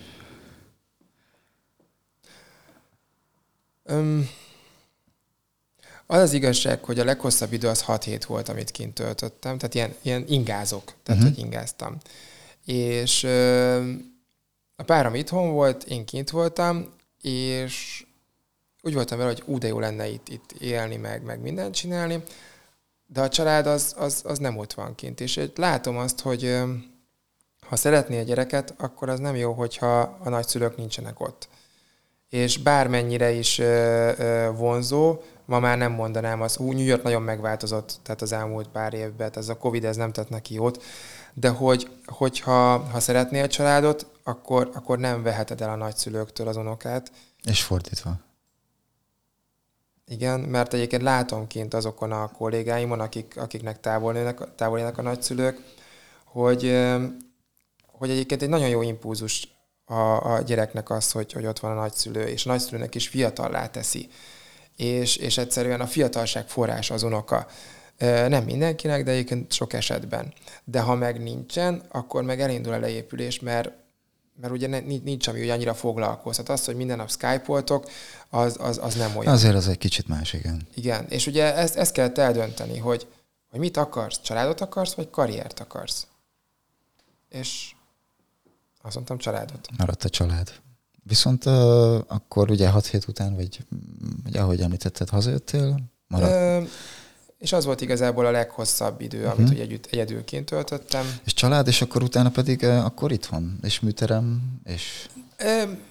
Um, Az az igazság, hogy a leghosszabb idő az hat hét volt, amit kint töltöttem, tehát ilyen, ilyen ingázok, tehát uh-huh. hogy ingáztam. És ö, a párom itthon volt, én kint voltam, és úgy voltam vele, hogy ú, de jó lenne itt, itt élni, meg, meg mindent csinálni, de a család az, az, az nem ott van kint. És látom azt, hogy ö, ha szeretné a gyereket, akkor az nem jó, hogyha a nagyszülők nincsenek ott. És bármennyire is ö, ö, vonzó, ma már nem mondanám azt, hú, New York nagyon megváltozott, tehát az elmúlt pár évben, ez a Covid, ez nem tett neki jót, de hogy, hogyha ha szeretnél családot, akkor, akkor nem veheted el a nagyszülőktől az unokát. És fordítva. Igen, mert egyébként látom kint azokon a kollégáimon, akik, akiknek távol élnek, távol élnek a nagyszülők, hogy, hogy egyébként egy nagyon jó impulzus a, a gyereknek az, hogy, hogy ott van a nagyszülő, és a nagyszülőnek is fiatallá teszi. És, és egyszerűen a fiatalság forrása az unoka. Nem mindenkinek, de egyébként sok esetben. De ha meg nincsen, akkor meg elindul a leépülés, mert, mert ugye nincs, ami ugye annyira foglalkoztat. Az, hogy minden nap Skype-oltok, az, az, az nem olyan. Azért az egy kicsit más, igen. Igen, és ugye ezt, ezt kellett eldönteni, hogy, hogy mit akarsz, családot akarsz, vagy karriert akarsz. És azt mondtam, családot. Maradt a család. Viszont uh, akkor ugye hat hét után, vagy, vagy ahogy említetted, hazajöttél? Ö, és az volt igazából a leghosszabb idő, uh-huh. amit ugye együtt, egyedülként töltöttem. És család, és akkor utána pedig uh, akkor itthon, és műterem, és... Ö,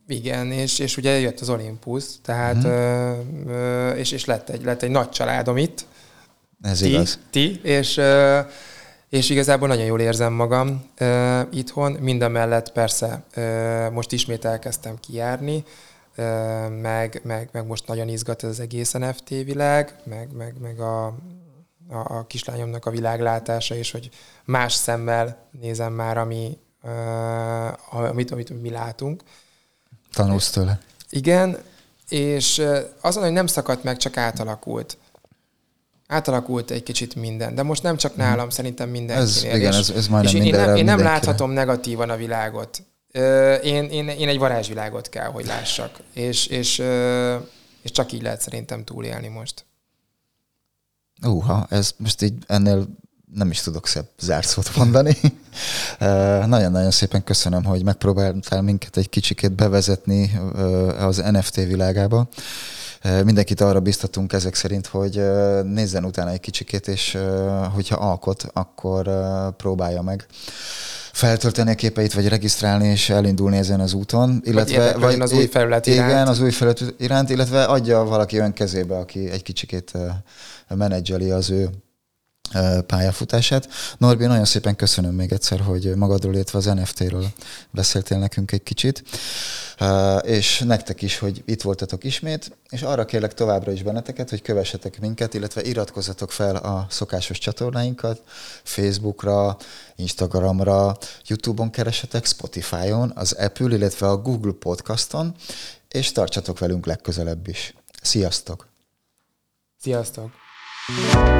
Igen, és, és ugye jött az Olympus, tehát, uh-huh. ö, ö, és, és lett, egy, lett egy nagy családom itt. Ez ti, igaz. Ti, és, ö, és igazából nagyon jól érzem magam ö, itthon. Mindamellett persze ö, most ismét elkezdtem kijárni, ö, meg, meg, meg most nagyon izgat ez az egész en ef té világ, meg, meg, meg a, a, a kislányomnak a világlátása, és hogy más szemmel nézem már, ami, ö, amit, amit mi látunk. Tanulsz tőle. Igen, és azon, hogy nem szakadt meg, csak átalakult. Átalakult egy kicsit minden, de most nem csak nálam, szerintem mindenkinél. Ez, igen, ez, ez majdnem és én, én nem, én nem mindenkire. láthatom negatívan a világot. Én, én, én egy varázsvilágot kell, hogy lássak. És, és, és csak így lehet szerintem túlélni most. Úha, ez most így ennél nem is tudok szebb zárszót mondani. Nagyon-nagyon szépen köszönöm, hogy megpróbáltál minket egy kicsikét bevezetni az en ef té világába. Mindenkit arra biztatunk ezek szerint, hogy nézzen utána egy kicsikét, és hogyha alkot, akkor próbálja meg feltölteni a képeit, vagy regisztrálni, és elindulni ezen az úton. Illetve, vagy az új felület iránt. Igen, az új felület iránt, illetve adja valaki olyan kezébe, aki egy kicsikét menedzseli az ő pályafutását. Norbi, nagyon szépen köszönöm még egyszer, hogy magadról, illetve az en ef té-ről beszéltél nekünk egy kicsit, és nektek is, hogy itt voltatok ismét, és arra kérlek továbbra is benneteket, hogy kövessetek minket, illetve iratkozzatok fel a szokásos csatornáinkat, Facebookra, Instagramra, YouTube-on keresetek, Spotify-on, az Apple, illetve a Google Podcaston, és tartsatok velünk legközelebb is. Sziasztok! Sziasztok!